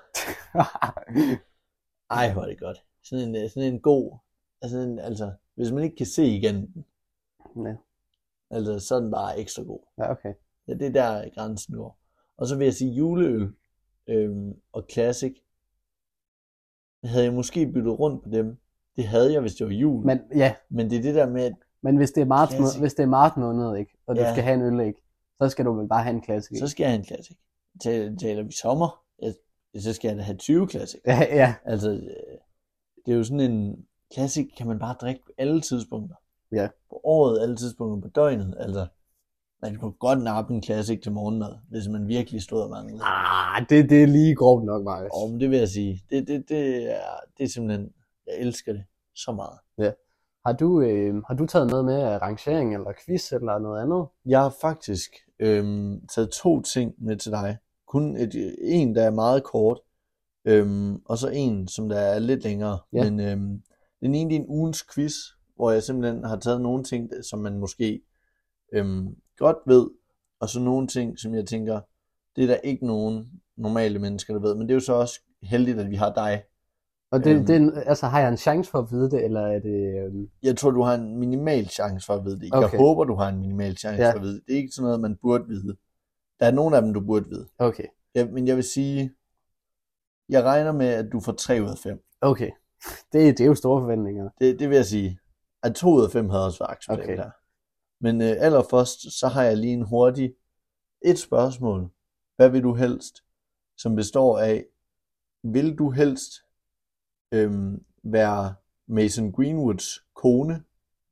Ej, hvor er det godt. Sådan en, sådan en god, altså, en, altså hvis man ikke kan se igen den, ja. Altså så er den bare ekstra god. Ja, okay. Ja, det er der grænsen går. Og så vil jeg sige juleøl øhm, og classic. Havde jeg måske byttet rundt på dem. Det havde jeg, hvis det var jul. Men, ja. Men det er det der med, at men hvis det er marts, måned, hvis det er marts måned, ikke, og du ja. skal have en øl, ikke, så skal du vel bare have en classic. Ikke? Så skal jeg have en classic. Taler vi sommer, så skal jeg da have tyve classic. Ja, ja. Altså, det er jo sådan en classic, kan man bare drikke på alle tidspunkter. Ja. På året, alle tidspunkter på døgnet. Altså, man kunne godt nappe en classic til morgenmad, hvis man virkelig stod og manglede. Ah, det, det er lige grovt nok, Marius. Åh, men det vil jeg sige. Det, det, det, er, det er simpelthen, jeg elsker det så meget. Ja. Har du, øh, har du taget noget med af rangering eller quiz eller noget andet? Jeg har faktisk øh, taget to ting med til dig. Kun et, en, der er meget kort, øh, og så en, som der er lidt længere. Ja. Men øh, den ene, det er en ugens quiz, hvor jeg simpelthen har taget nogle ting, som man måske øh, godt ved, og så nogle ting, som jeg tænker, det er der ikke nogen normale mennesker, der ved. Men det er jo så også heldigt, at vi har dig. Og det, øhm, det, altså, har jeg en chance for at vide det, eller er det... Øhm... Jeg tror, du har en minimal chance for at vide det. Okay. Jeg håber, du har en minimal chance ja. for at vide det. Det er ikke sådan noget, man burde vide. Der er nogle af dem, du burde vide. Okay. Ja, men jeg vil sige, jeg regner med, at du får tre ud af fem. Okay. Det, det er jo store forventninger. Det, det vil jeg sige. At to ud af fem havde også været acceptabelt okay. her. Men øh, allerførst, så har jeg lige en hurtig et spørgsmål. Hvad vil du helst? Som består af, vil du helst øhm, være Mason Greenwoods kone?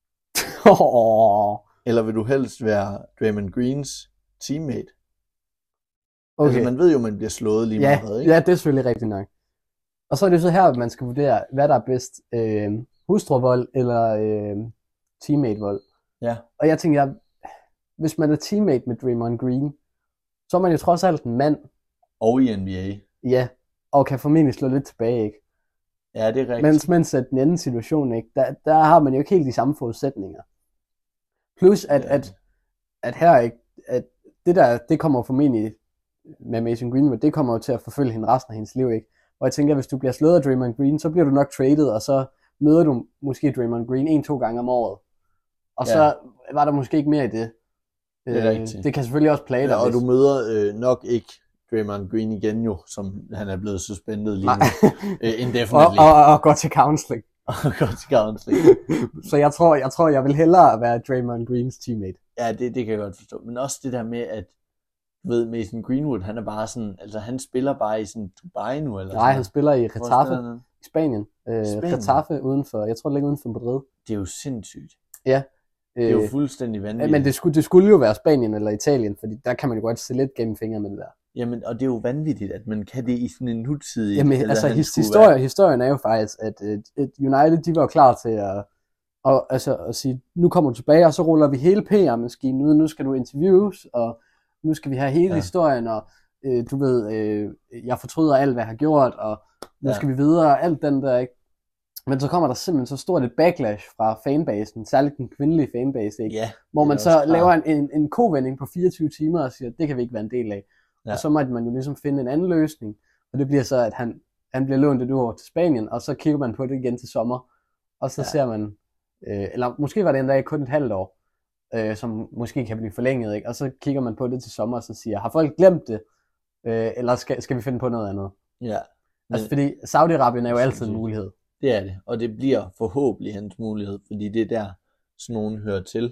oh. Eller vil du helst være Draymond Greens teammate? Okay. Altså man ved jo, man bliver slået lige ja, meget, ikke? Ja, det er selvfølgelig rigtigt nok. Og så er det så her, at man skal vurdere, hvad der er bedst. Øh, hustruvold eller øh, teammate-vold. Ja. Og jeg tænker, hvis man er teammate med Draymond Green, så er man jo trods alt en mand. Og i N B A. Ja, og kan formentlig slå lidt tilbage, ikke? Ja, det er rigtigt. Mens, mens at den anden situation, ikke? Der, der har man jo ikke helt de samme forudsætninger. Plus at, ja. at, at her, ikke? At det der, det kommer formentlig med Mason Greenwood, det kommer jo til at forfølge hende resten af hendes liv, ikke? Og jeg tænker, at hvis du bliver slået af Draymond Green, så bliver du nok traded, og så møder du måske Draymond Green en-to gange om året. Og ja. Så var der måske ikke mere i det. Det er rigtigt. Det kan selvfølgelig også plage dig. Ja, og hvis... du møder øh, nok ikke Draymond Green igen jo, som han er blevet suspendet lige nu. uh, indefinitely. Og, og, og går til counseling. og går til counseling. Så jeg tror, jeg tror, jeg vil hellere være Draymond Greens teammate. Ja, det, det kan jeg godt forstå. Men også det der med, at du ved, Mason Greenwood, han er bare sådan, altså han spiller bare i sådan Dubai nu, eller Nej, sådan. han spiller i Getafe i Spanien. Øh, Spanien. Getafe udenfor, jeg tror det ligger uden for Madrid. Det er jo sindssygt. Ja. Det er jo fuldstændig vanvittigt. Men det skulle, det skulle jo være Spanien eller Italien, fordi der kan man jo godt se lidt gennem fingre med det der. Jamen, og det er jo vanvittigt, at man kan det i sådan en nutidig... Jamen, altså his, historie, være... historien er jo faktisk, at uh, United, de var jo klar til at, og, altså, at sige, nu kommer du tilbage, og så ruller vi hele P R-maskinen ud, nu skal du interviews, og nu skal vi have hele ja. historien, og uh, du ved, uh, jeg fortryder alt, hvad jeg har gjort, og nu ja. skal vi videre, alt den der, ikke? Men så kommer der simpelthen så stort et backlash fra fanbasen, særligt den kvindelige fanbase, ikke? Ja, hvor man så laver en, en, en kovending på fireogtyve timer og siger, det kan vi ikke være en del af. Ja. Og så måtte man jo ligesom finde en anden løsning, og det bliver så, at han, han bliver lånt et år til Spanien, og så kigger man på det igen til sommer, og så ja. ser man, øh, eller måske var det endda kun et halvt år, øh, som måske kan blive forlænget, ikke? Og så kigger man på det til sommer, og så siger, har folk glemt det, øh, eller skal, skal vi finde på noget andet? Ja. Men... Altså fordi Saudi-Arabien er jo altid en mulighed. Det er det, og det bliver forhåbentlig hans mulighed, fordi det er der, sådan nogen hører til.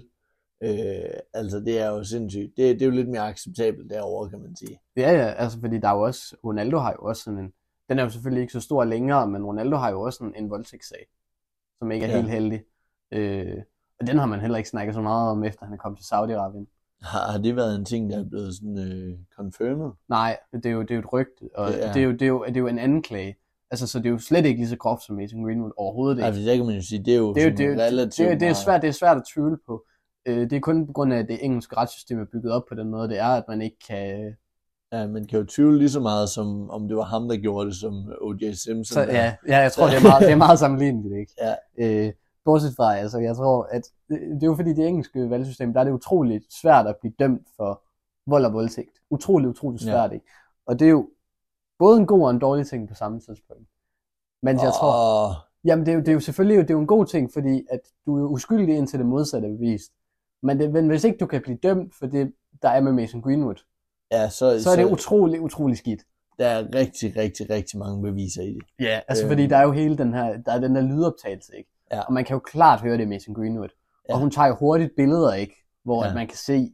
Øh, altså det er jo sindssygt. Det, det er jo lidt mere acceptabelt derovre, kan man sige. Ja, ja, altså fordi der er jo også, Ronaldo har jo også sådan en, den er jo selvfølgelig ikke så stor længere, men Ronaldo har jo også en, en voldtægtssag, som ikke er ja. helt heldig. Øh, og den har man heller ikke snakket så meget om, efter han er kommet til Saudi-Arabien. Har, har det været en ting, der er blevet sådan øh, confirmed? Nej, det er jo, det er jo et rygte, og det er. Det, er jo, det, er jo, det er jo en anklage. Altså, så det er jo slet ikke lige så groft som Mason Greenwood overhovedet ikke. Altså, det kan man jo sige, det er jo, det er jo det, relativt det, det, det, er svært, det er svært at tvivle på. Det er kun på grund af, at det engelske retssystem er bygget op på den måde, det er, at man ikke kan... Ja, man kan jo tvivle lige så meget, som om det var ham, der gjorde det, som O J Simpson. Så, ja, ja, jeg tror, det er meget, det er meget sammenligneligt, ikke? Ja. Øh, bortset fra, altså, jeg tror, at det, det er jo fordi, det engelske valgsystem, der er det utroligt svært at blive dømt for vold og voldtægt. Utroligt, utroligt svært, ja. Ikke? Og det er jo både en god og en dårlig ting på samme tidspunkt. Men jeg tror, oh. jamen det er, jo, det er jo selvfølgelig det er jo en god ting, fordi at du er uskyldig indtil det modsatte er bevist. Men, det, men hvis ikke du kan blive dømt for det, der er med Mason Greenwood, ja, så, så er det så, utrolig, utrolig skidt. Der er rigtig, rigtig, rigtig mange beviser i det. Ja, altså øhm. fordi der er jo hele den her, der er den der lydoptagelse, ikke? Ja. Og man kan jo klart høre det i Mason Greenwood. Ja. Og hun tager jo hurtigt billeder, ikke? Hvor ja. at man kan se,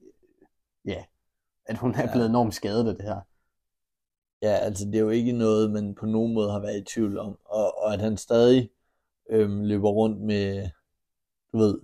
ja, at hun er blevet ja. enormt skadet af det her. Ja, altså det er jo ikke noget, man på nogen måde har været i tvivl om. Og, og at han stadig øhm, løber rundt med, du ved,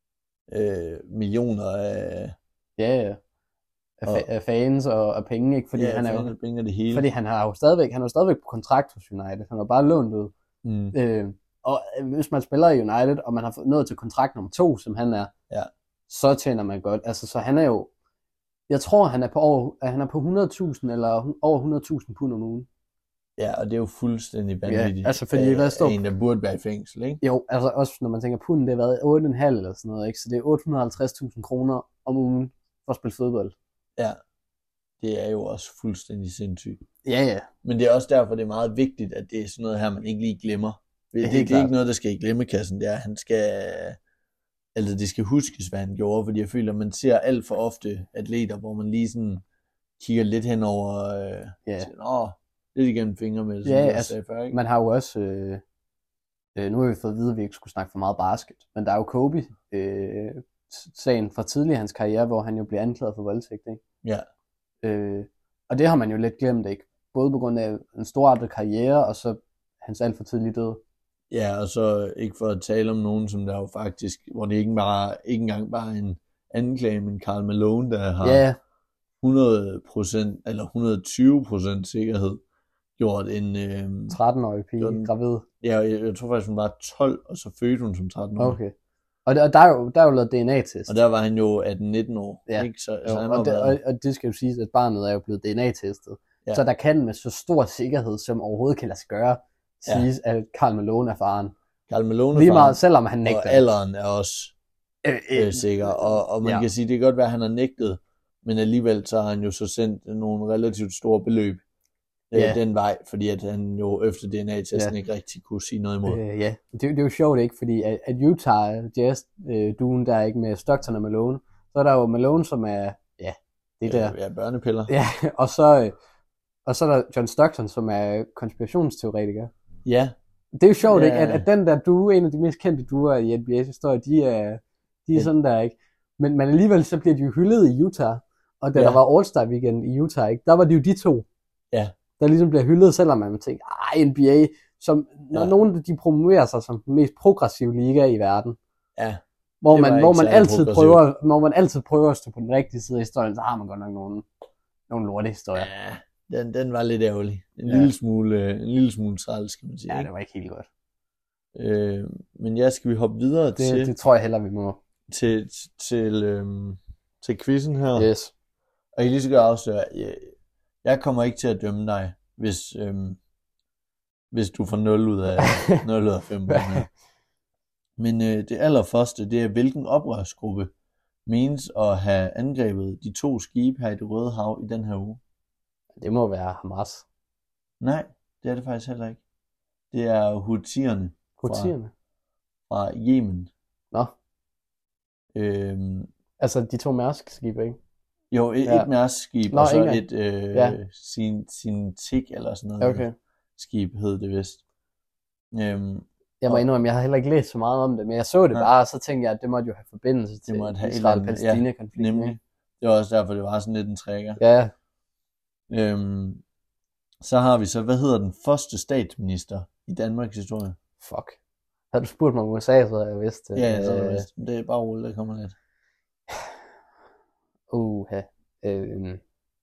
øh, millioner af... Ja, ja. Af, fa- af fans og af penge, ikke? Fordi ja, han er jo, penge det hele. Fordi han har jo stadigvæk, han er jo stadigvæk på kontrakt hos United. Han har bare lånt ud. Mm. Øh, og hvis man spiller i United, og man har nået til kontrakt nummer to, som han er, ja. så tjener man godt. Altså, så han er jo, jeg tror, han er på over, at han er på hundrede tusind eller over hundrede tusind pund om ugen. Ja, og det er jo fuldstændig vanvittigt. Ja, altså fordi, hvad står... En, der burde være i fængsel, ikke? Jo, altså også når man tænker pund, det har været otte komma fem eller sådan noget, ikke? Så det er otte hundrede og halvtreds tusind kroner om ugen for at spille fodbold. Ja, det er jo også fuldstændig sindssygt. Ja, ja. Men det er også derfor, det er meget vigtigt, at det er sådan noget her, man ikke lige glemmer. Det, ja, det, det er ikke noget, der skal i glemmekassen. Det er, han skal... Altså, det skal huskes, hvad han gjorde, fordi jeg føler, at man ser alt for ofte atleter, hvor man lige sådan kigger lidt hen over... Øh, ja. Siger, åh, lidt igennem fingre med det, ja, altså, sagde før, ikke? Man har jo også... Øh, øh, nu har vi fået at vide, at vi ikke skulle snakke for meget basket, men der er jo Kobe, øh, sagen fra tidligere i hans karriere, hvor han jo bliver anklaget for voldtægt, ikke? Ja. Øh, og det har man jo lidt glemt, ikke? Både på grund af en storartet karriere, og så hans alt for tidlige død. Ja, og så ikke for at tale om nogen, som der jo faktisk, hvor det ikke, bare, ikke engang bare en anklage, men Karl Malone, der har ja. hundrede procent eller hundrede og tyve procent sikkerhed gjort en... Øh, tretten-årig pige en, gravid. Ja, jeg, jeg tror faktisk, hun var tolv, og så fødte hun som tretten-årig. Okay. Og, der, og der, er jo, der er jo lavet D N A-test. Og der var han jo atten nitten år. Ja. Ikke? Så, jo, så han og, det, været... og, og det skal jo siges, at barnet er jo blevet D N A-testet. Ja. Så der kan med så stor sikkerhed, som overhovedet kan lade sig gøre, siges, ja. At Karl Malone er faren. Karl Malone er lige faren, meget, selvom han nægter. Og alderen er også øh, øh, sikker. Og, og man ja. kan sige, det kan godt være, at han har nægtet, men alligevel så har han jo så sendt nogle relativt store beløb øh, Ja. den vej, fordi at han jo efter D N A-testen Ja. ikke rigtig kunne sige noget imod. Øh, ja, det, det er jo sjovt ikke, fordi at, at Utah Jazz, øh, duen der ikke med Stockton og Malone, så er der jo Malone, som er, ja, det der. Ja, ja, børnepiller. Ja, og så, øh, og så er der John Stockton, som er konspirationsteoretiker. Ja. Det er jo sjovt, Ja. ikke, at, at den der due, en af de mest kendte duer i N B A's historie, de er, de er Ja. sådan der, ikke? Men, men alligevel så bliver de jo hyldet i Utah, og da Ja. der var All-Star Weekend i Utah, ikke, der var det jo de to, Ja. der ligesom bliver hyldet, selvom man tænker, ej, N B A, som når Ja. nogen de promoverer sig som den mest progressive liga i verden, Ja. hvor Det var man, ikke hvor man særlig altid progressivt. prøver, hvor man altid prøver at stå på den rigtige side af historien, så har man godt nok nogle, nogle lorte historier. Ja, den, den var lidt ærgerlig. En Ja. lille smule, øh, en lille smule træls, skal man sige. Ja, ikke? det var ikke helt godt. Øh, men ja, skal vi hoppe videre Det, til, det tror jeg heller, vi må. til, til, øhm, til quizzen her. Yes. Og jeg lige så godt afsløre, jeg, jeg kommer ikke til at dømme dig, hvis, øhm, hvis du får nul ud af, nul ud af fem på den her. Men øh, det allerførste, det er, hvilken oprørsgruppe menes at have angrebet de to skibe her i Det Røde Hav i den her uge? Det må være Hamas. Nej, det er det faktisk heller ikke. Det er Houthierne Houthierne. fra Yemen. Nå, Øhm, altså de to Mærsk-skibe, ikke? jo, et, Ja. et Mærsk-skib, Nå, og så ikke et øh, Ja. sin, sin tik eller sådan noget. Okay. Skib hed det vist. Øhm, Jeg må Og- indrømme, jeg har heller ikke læst så meget om det, men jeg så det Nej. bare, og så tænkte jeg, at det måtte jo have forbindelse til måtte have et eller andet- Israel-Palæstina-konflikten. nemlig. Det var også derfor, det var sådan lidt en trækker. Ja, Øhm, så har vi så, hvad hedder den første statsminister i Danmarks historie? fuck. Havde du spurgt mig om U S A, så havde jeg vidst det. Ja, så er det Øh, vist. Det er bare roligt, der kommer lidt. Uha. Øh,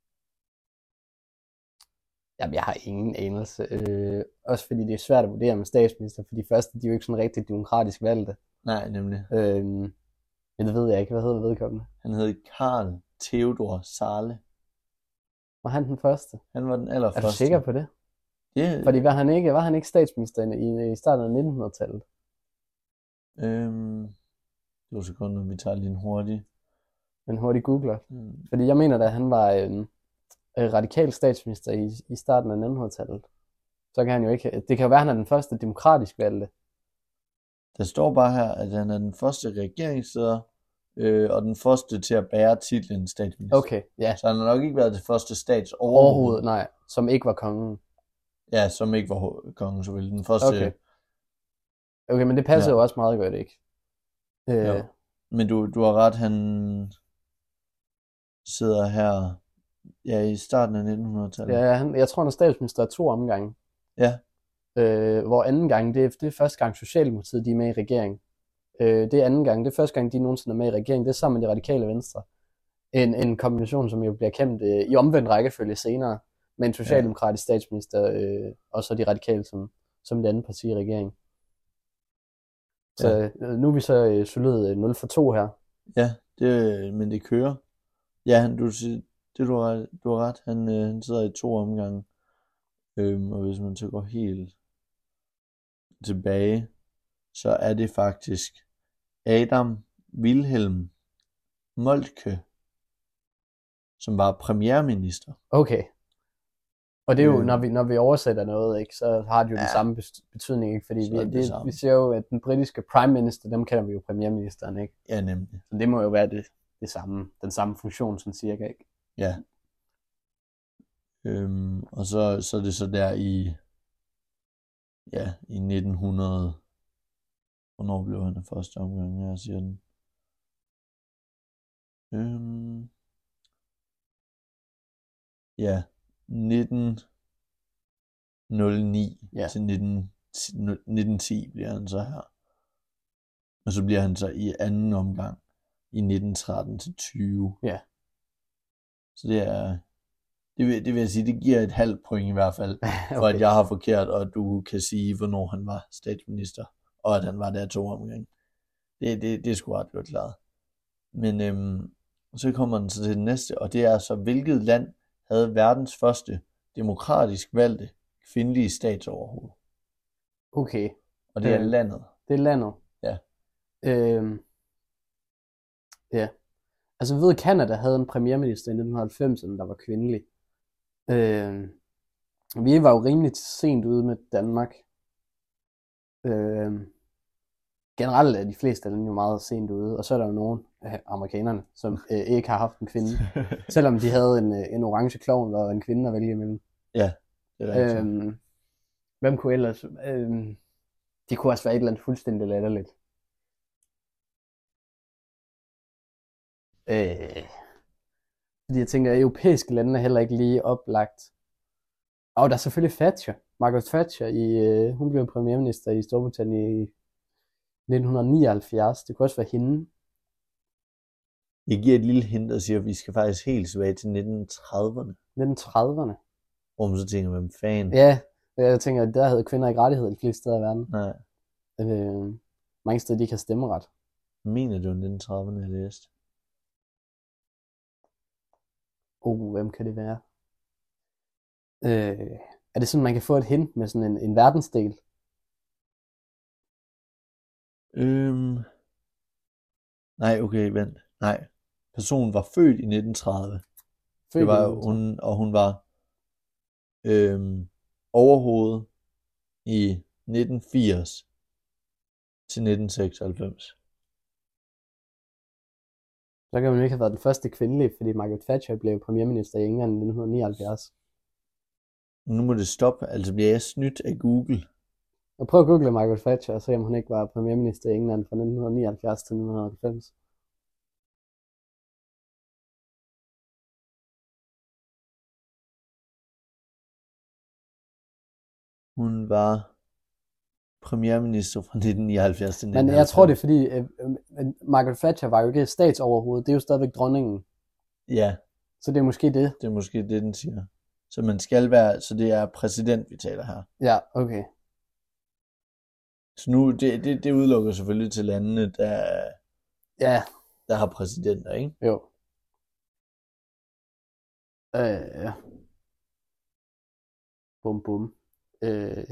jamen, jeg har ingen anelse. Øh, også fordi det er svært at vurdere med statsminister, for de første, de er jo ikke sådan rigtig demokratisk valgte. Nej, nemlig. Øh, men det ved jeg ikke. Hvad hedder vedkommende? Han hed Karl Theodor Sarle. Var han den første? Han var den Er allerførste. du sikker på det? Det, Fordi var han ikke, var han ikke statsminister i, i starten af nittenhundredetallet? øhm, to sekunder, vi tager lige en hurtig. En hurtig googler. Hmm. Fordi jeg mener, at han var en øh, radikal statsminister i, i starten af nittenhundredetallet. Så kan han jo ikke... Det kan jo være, at han er den første demokratisk valgte. Der står bare her, at han er den første regeringsleder, øh, og den første til at bære titlen statsminister. Okay, ja. Så han har nok ikke været det første statsoverhoved. Overhovedet, nej. Som ikke var kongen. Ja, som ikke var ho- kongen selvfølgelig. Den første. Okay. Okay, men det passer Ja. jo også meget godt, ikke? Øh, Jo. Men du, du har ret, han sidder her ja, i starten af nittenhundredetallet. ja, han, jeg tror, han er statsminister i to omgange. Ja. Øh, hvor anden gang, det er, det er første gang Socialdemokratiet, de er med i regering. Øh, det er anden gang, det er første gang, de nogensinde er med i regering. Det er sammen med de radikale venstre. En, en kombination, som jo bliver kendt øh, i omvendt rækkefølge senere, med en socialdemokratisk statsminister, øh, og så de radikale som, som det andet parti i regering. Så Ja. øh, nu er vi så øh, solid øh, nul for to her. Ja, det, men det kører. Ja, han, du, siger- det, du, har, ret- du har ret. Han, øh, han sidder i to omgange. Øhm, og hvis man så går helt tilbage, så er det faktisk Adam Wilhelm Moltke, som var premierminister. Okay. Og det er jo, Øh. når vi, når vi oversætter noget, ikke, så har det jo ja. den Ja. samme bes- betydning, ikke? Fordi Så vi, er det det, det samme. vi ser jo, at den britiske prime minister, dem kalder vi jo premierministeren, ikke? Ja, nemlig. Så det må jo være det, det samme, den samme funktion, sådan cirka, ikke? Ja. Øhm, og så, så er det så der i, ja, i nitten hundrede. Hvornår blev han af første omgang, jeg siger den. Øhm, ja, nitten nul ni Ja. til nitten, nitten ti bliver han så her. Og så bliver han så i anden omgang i nitten tretten til tyve. Ja. Så det er, det vil, det vil jeg sige, det giver et halvt point i hvert fald, for Okay. at jeg har forkert, og at du kan sige, hvornår han var statsminister, og at han var der to omgang. Det, det, det er sgu ret godt klaret. Men øhm, så kommer den så til det næste, og det er så, hvilket land havde verdens første demokratisk valgte kvindelige statsoverhoved? Okay, Og det er Øh. landet. det er landet. Ja. Øhm, ja. Altså, jeg ved, Canada havde en premierminister i nitten halvfemserne, der var kvindelig. Øh, vi var jo rimelig sent ude med Danmark. Øh, generelt er de fleste lande jo meget sent ude, og så er der jo nogle af amerikanerne, som øh, ikke har haft en kvinde, selvom de havde en, øh, en orange klovn og en kvinde at vælge imellem. Ja, det er rigtigt. Øh, hvem kunne ellers... Øh, de kunne også være et eller andet fuldstændig latterligt. Øh, fordi jeg tænker, at europæiske lande er heller ikke lige oplagt. Og der er selvfølgelig Thatcher. Margaret Thatcher, i, øh, hun blev premierminister i Storbritannien i nitten nioghalvfjerds. Det kunne også være hende. Jeg giver et lille hint og siger, at vi skal faktisk helt tilbage til nitten trediverne. nitten trediverne. Hvor man så tænker, hvem fanden? Ja, jeg tænker, at der havde kvinder ikke rettigheder de fleste steder i verden. Nej. Øh, mange steder, de ikke har stemmeret. Jeg mener, det var nitten trediverne, jeg læste. Oh, hvem kan det være? Øh, er det sådan, man kan få et hint med sådan en, en verdensdel? Øhm... Nej, okay, vent. Nej. Personen var født i nitten tredive. Født Det var i nitten hun, og hun var øhm, overhoved i nitten firs til nitten seksoghalvfems. Så kan man ikke have været den første kvindelige, fordi Margaret Thatcher blev premierminister i England i nitten nioghalvfjerds. Nu må det stoppe, altså bliver jeg snydt af Google. Jeg prøver at google Margaret Thatcher og se, om hun ikke var premierminister i England fra nitten nioghalvfjerds til nitten halvfems. Hun var premierminister fra nitten nioghalvfjerds til nitten Men jeg tror, det er fordi, øh, øh, Margaret Thatcher var jo ikke statsoverhoved. Det er jo stadigvæk dronningen. Ja, Så det er måske det. det er måske det, den siger. Så man skal være, så det er præsident, vi taler her. Ja, okay. Så nu, det, det, det udelukker selvfølgelig til landene, der, Ja, der har præsidenter, ikke? jo. Øh, bum bum. Øh,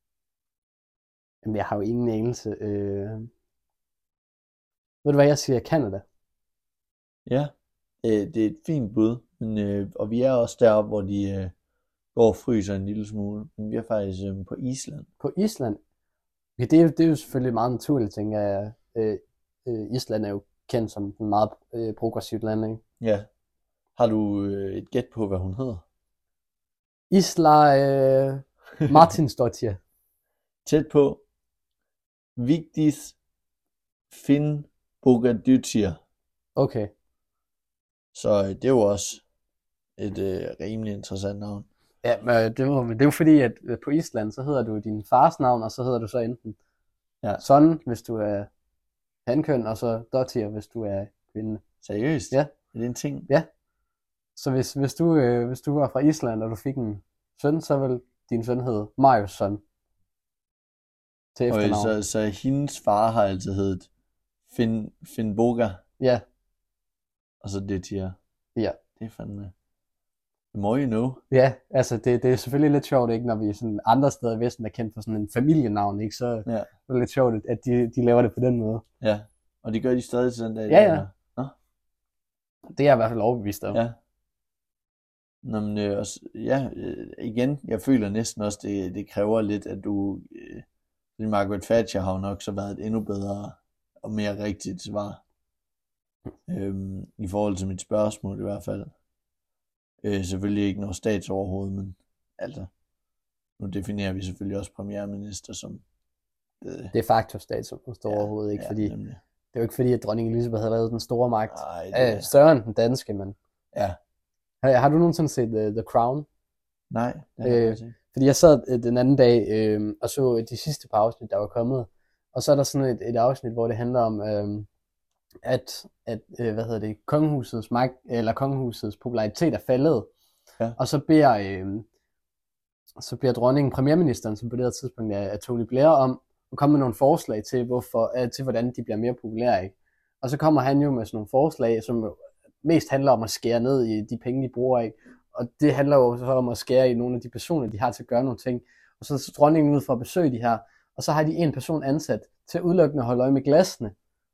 jamen, jeg har jo ingen anelse. Øh, ved du hvad, jeg siger? Canada. Ja, øh, det er et fint bud, men, øh, og vi er også deroppe, hvor de øh, går og fryser en lille smule, men vi er faktisk øh, på Island. På Island. Okay, det, er, det er jo selvfølgelig meget naturligt, tænker jeg. Øh, øh, Island er jo kendt som en meget øh, progressivt land, ikke? Ja. Har du øh, et gæt på, hvad hun hedder? Isla øh, Martinsdottir. Tæt på. Vigdis Finnbogadóttir. Okay. Så øh, det er jo også et øh, rimelig interessant navn. Ja, men det, var, det er jo fordi, at øh, på Island, så hedder du din fars navn, og så hedder du så enten Ja. Son, hvis du er hankøn, og så Dottir, hvis du er kvinde. Seriøst? Ja. Er det en ting? Ja. Så hvis, hvis, du, øh, hvis du var fra Island, og du fik en søn, så vil din søn hedde Marius Son. Til Og efternavn. så, så hendes far har altid heddet Finn, Finnboga, Ja, og så det tier. ja. Det er fandme. The more you know. Ja, altså det, det er selvfølgelig lidt sjovt, ikke, når vi sådan andre steder i Vesten er kendt for sådan en familienavn, ikke, så Ja. er det lidt sjovt, at de, de laver det på den måde. Ja. Og det gør de stadig til den dag. Ja, ja. Nå? Det er jeg i hvert fald overbevist om. Ja. Nå, men øh, også, ja, øh, igen, jeg føler næsten også, det, det kræver lidt, at du, øh, fordi Margaret Thatcher har jo nok så været et endnu bedre og mere rigtigt svar. Øhm, I forhold til mit spørgsmål i hvert fald. Øh, selvfølgelig ikke noget statsoverhoved, men altså, nu definerer vi selvfølgelig også premierminister som øh, Det er facto statsoverhovedet, ja, overhovedet ikke, ja, fordi nemlig. det er jo ikke fordi, at dronning Elizabeth havde lavet den store magt. Ej, det, Ja, større end den danske, men ja, har, har du nogensinde set uh, The Crown? nej, det har jeg Øh, faktisk ikke. Fordi jeg sad øh, den anden dag øh, og så de sidste par afsnit, der var kommet, og så er der sådan et, et afsnit, hvor det handler om, øh, at, at øh, hvad hedder det, kongehusets magt, eller kongehusets popularitet er faldet, Ja. og så beder, øh, så beder dronningen premierministeren, som på det her tidspunkt er, er Tony Blair, om at komme med nogle forslag til, hvorfor, øh, til hvordan de bliver mere populære, ikke? Og så kommer han jo med sådan nogle forslag, som mest handler om at skære ned i de penge, de bruger, ikke? Og det handler jo så om at skære i nogle af de personer, de har til at gøre nogle ting. Og så er dronningen ud for at besøge de her, og så har de en person ansat til udelukkende at holde øje med glasene.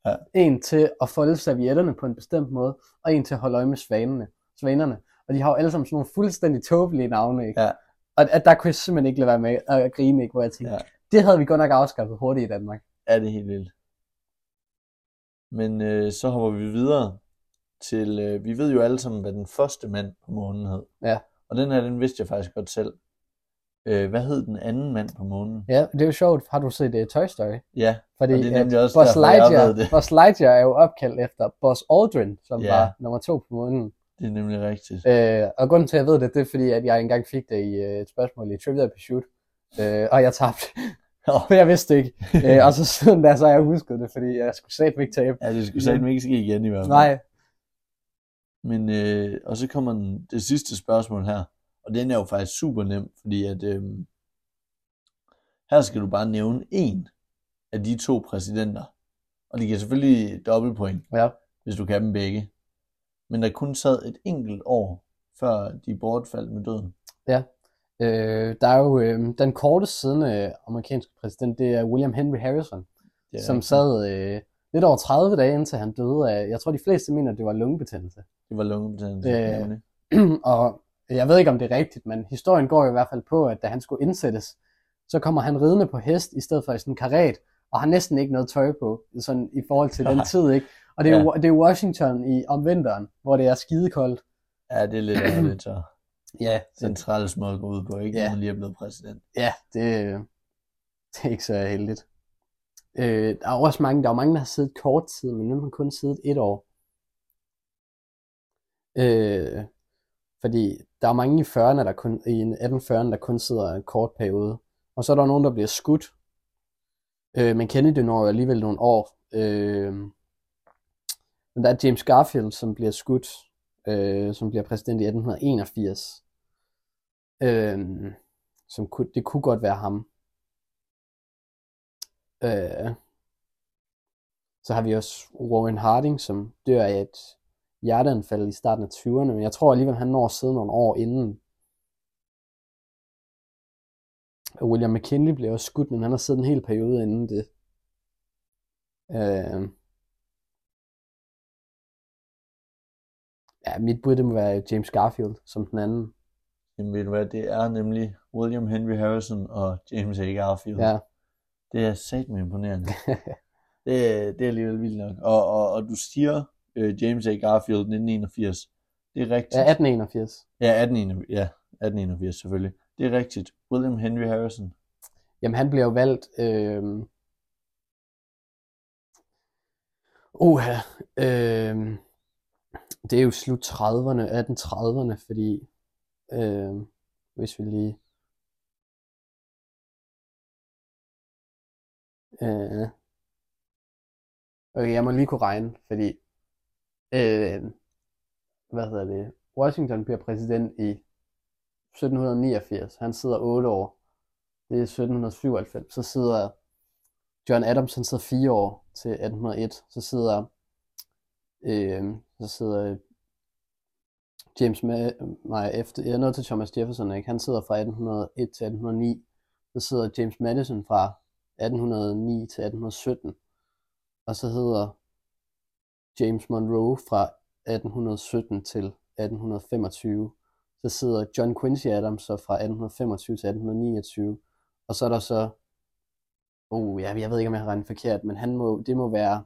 Ja. En til at folde servietterne på en bestemt måde, og en til at holde øje med svanerne. svanerne. Og de har jo alle sammen sådan nogle fuldstændig tåbelige navne, ikke? Ja. Og at der kunne jeg simpelthen ikke lade være med at grine, ikke? Hvor jeg tænkte, Ja. det havde vi godt nok afskaffet hurtigt i Danmark. Ja, det er helt vildt. Men øh, så hopper vi videre til, øh, vi ved jo alle sammen, hvad den første mand på månen hed. Ja. Og den her, den vidste jeg faktisk godt selv. Øh, hvad hed den anden mand på månen? Ja, det er jo sjovt. Har du set uh, Toy Story? Ja, Fordi og det er nemlig at også Buzz derfor, jeg ved Lightyear, det. Buzz Lightyear er jo opkaldt efter Buzz Aldrin, som Ja. var nummer to på månen. Det er nemlig rigtigt. Øh, og grunden til, at jeg ved det, det er fordi, at jeg engang fik det i uh, et spørgsmål i Trivia Pursuit, øh, og jeg tabte. For jeg vidste det ikke. øh, og så siden da, så har jeg husket det, fordi jeg skulle satme ikke tabe. Ja, det skulle satme ikke ske igen i hvert fald. Nej. Men, øh, og så kommer den, det sidste spørgsmål her, og den er jo faktisk super nem, fordi at øh, her skal du bare nævne en af de to præsidenter, og de kan selvfølgelig dobbeltpoint, Ja. hvis du kan dem begge, men der kun sad et enkelt år, før de bortfaldt med døden. Ja. Øh, der er jo øh, den kortest siddende amerikanske præsident, det er William Henry Harrison, Det er som rigtigt. sad øh, lidt over tredive dage indtil han døde af, jeg tror de fleste mener, det var lungebetændelse. Det var lungebetændelse. Øh, nemlig. og jeg ved ikke, om det er rigtigt, men historien går i hvert fald på, at da han skulle indsættes, så kommer han ridende på hest, i stedet for i sådan en karet, og har næsten ikke noget tøj på, sådan i forhold til den Nej. tid, ikke? Og det er, jo, Ja. det er Washington i, om vinteren, hvor det er skidekoldt. Ja, det er lidt ærgerligt, så Ja, den træls måde at gå ud på, ikke? Ja. Når man lige er blevet præsident. ja det, det er ikke så heldigt. Øh, der er også mange, der er mange, der har siddet kort tid, men nu har kun siddet et år. Øh, fordi der er mange i fyrrerne, der kun, i atten fyrrerne, der kun sidder en kort periode. Og så er der nogen, der bliver skudt. Øh, men Kennedy når jo alligevel nogle år. Øh, men der er James Garfield, som bliver skudt, øh, som bliver præsident i atten enogfirs. Øh, som kunne, det kunne godt være ham. Øh, så har vi også Warren Harding, som dør af et hjerteanfald i starten af tyverne, men jeg tror alligevel, han når at sidde nogle år inden. Og William McKinley blev også skudt, men han har siddet en hel periode inden det. Øh, ja, mit bud, det må være James Garfield som den anden. Jamen ved du hvad, det er nemlig William Henry Harrison og James A. Garfield. Ja, Det er satme imponerende. det, er- det er alligevel vildt nok. Og, og, og du siger øh, James A. Garfield nitten enogfirs. Det er rigtigt. ja atten enogfirs. Ja, atten enogfirs, ja, atten enogfirs selvfølgelig. Det er rigtigt. William Henry Harrison. Jamen, han bliver jo valgt... Øh... Uha, øh... det er jo slut trediverne, atten trediverne, fordi... Øh... Hvis vi lige... Øh... Okay, jeg må lige kunne regne, fordi... Øh... Hvad hedder det? Washington bliver præsident i sytten niogfirs. Han sidder otte år. Det er sytten syvoghalvfems. Så sidder John Adams, han sidder fire år til atten hundrede og en. Så sidder, øh, så sidder James Ma- nej, efter, jeg er nået til Thomas Jefferson, ikke? Han sidder fra atten hundrede og en til atten hundrede og ni. Så sidder James Madison fra atten hundrede og ni til atten hundrede og sytten. Og så hedder James Monroe fra atten hundrede og sytten til atten hundrede og femogtyve. Så sidder John Quincy Adams så fra atten hundrede og femogtyve til atten hundrede og niogtyve. Og så er der så, oh, ja, jeg ved ikke, om jeg har regnet forkert, men han må, det må være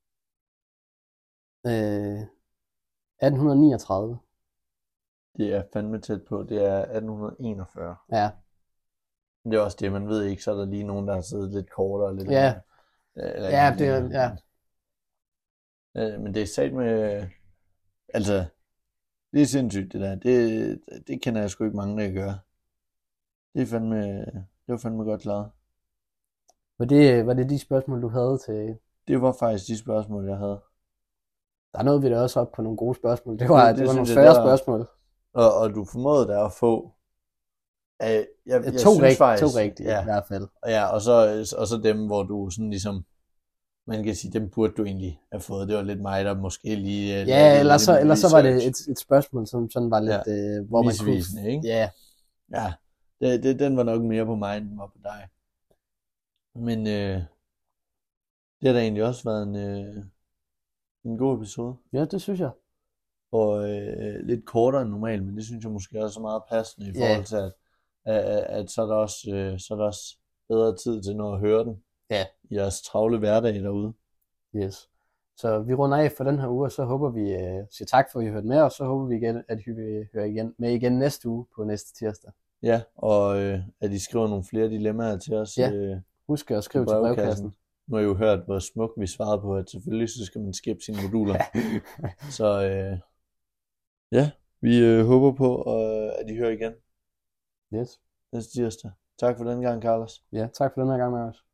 øh, atten niogtredive. Det er fandme tæt på. Det er atten enogfyrre. Ja, Det er også det, man ved ikke, så er der lige nogen, der har siddet lidt kortere. Lidt ja, Eller, ja, det er, ja. Øh, Men det er sat med, altså, det er sindssygt det der. Det, det kender jeg sgu ikke mange, der gør. Det er fandme, det var fandme godt klaret. Var det, var det de spørgsmål, du havde til? Det var faktisk de spørgsmål, jeg havde. Der nåede vi da også op på nogle gode spørgsmål. Det var, Det- det, det det var nogle synes jeg, svære det var- spørgsmål. Og, og du formåede der at få, øh, jeg, jeg, jeg To, synes rigt, faktisk, to rigtige ja, i hvert fald. og ja, og så, og så dem, hvor du sådan ligesom, man kan sige, dem burde du egentlig have fået. Det var lidt mig, der måske lige... øh, lavede Ja, eller lidt så, eller så var det research. et, et spørgsmål, som sådan var lidt, ja, øh, hvor man kunne... Misvisende, ikke? Ja, Ja, det, det, den var nok mere på mig, end den var på dig. Men, øh, Det har da egentlig også været en, øh, en god episode. Ja, det synes jeg. Og øh, lidt kortere end normalt, men det synes jeg måske også er meget passende i Ja. forhold til, at, at, at, at så, er der også, øh, så er der også bedre tid til noget at høre den Ja. i jeres travle hverdag derude. Yes. Så vi runder af for den her uge, og så håber vi, uh, siger tak for, at I hørte med, og så håber vi igen, at I vil høre igen, med igen næste uge på næste tirsdag. Ja, og øh, at I skriver nogle flere dilemmaer til os. Ja. Øh, Husk at skrive i til brevkassen. brevkassen. Nu har I jo hørt, hvor smukt vi svarede på, at selvfølgelig så skal man skippe sine moduler. Så øh, ja, vi øh, håber på, øh, at I hører igen Yes. næste tirsdag. Tak for den gang, Carlos. Ja, tak for den her gang med os.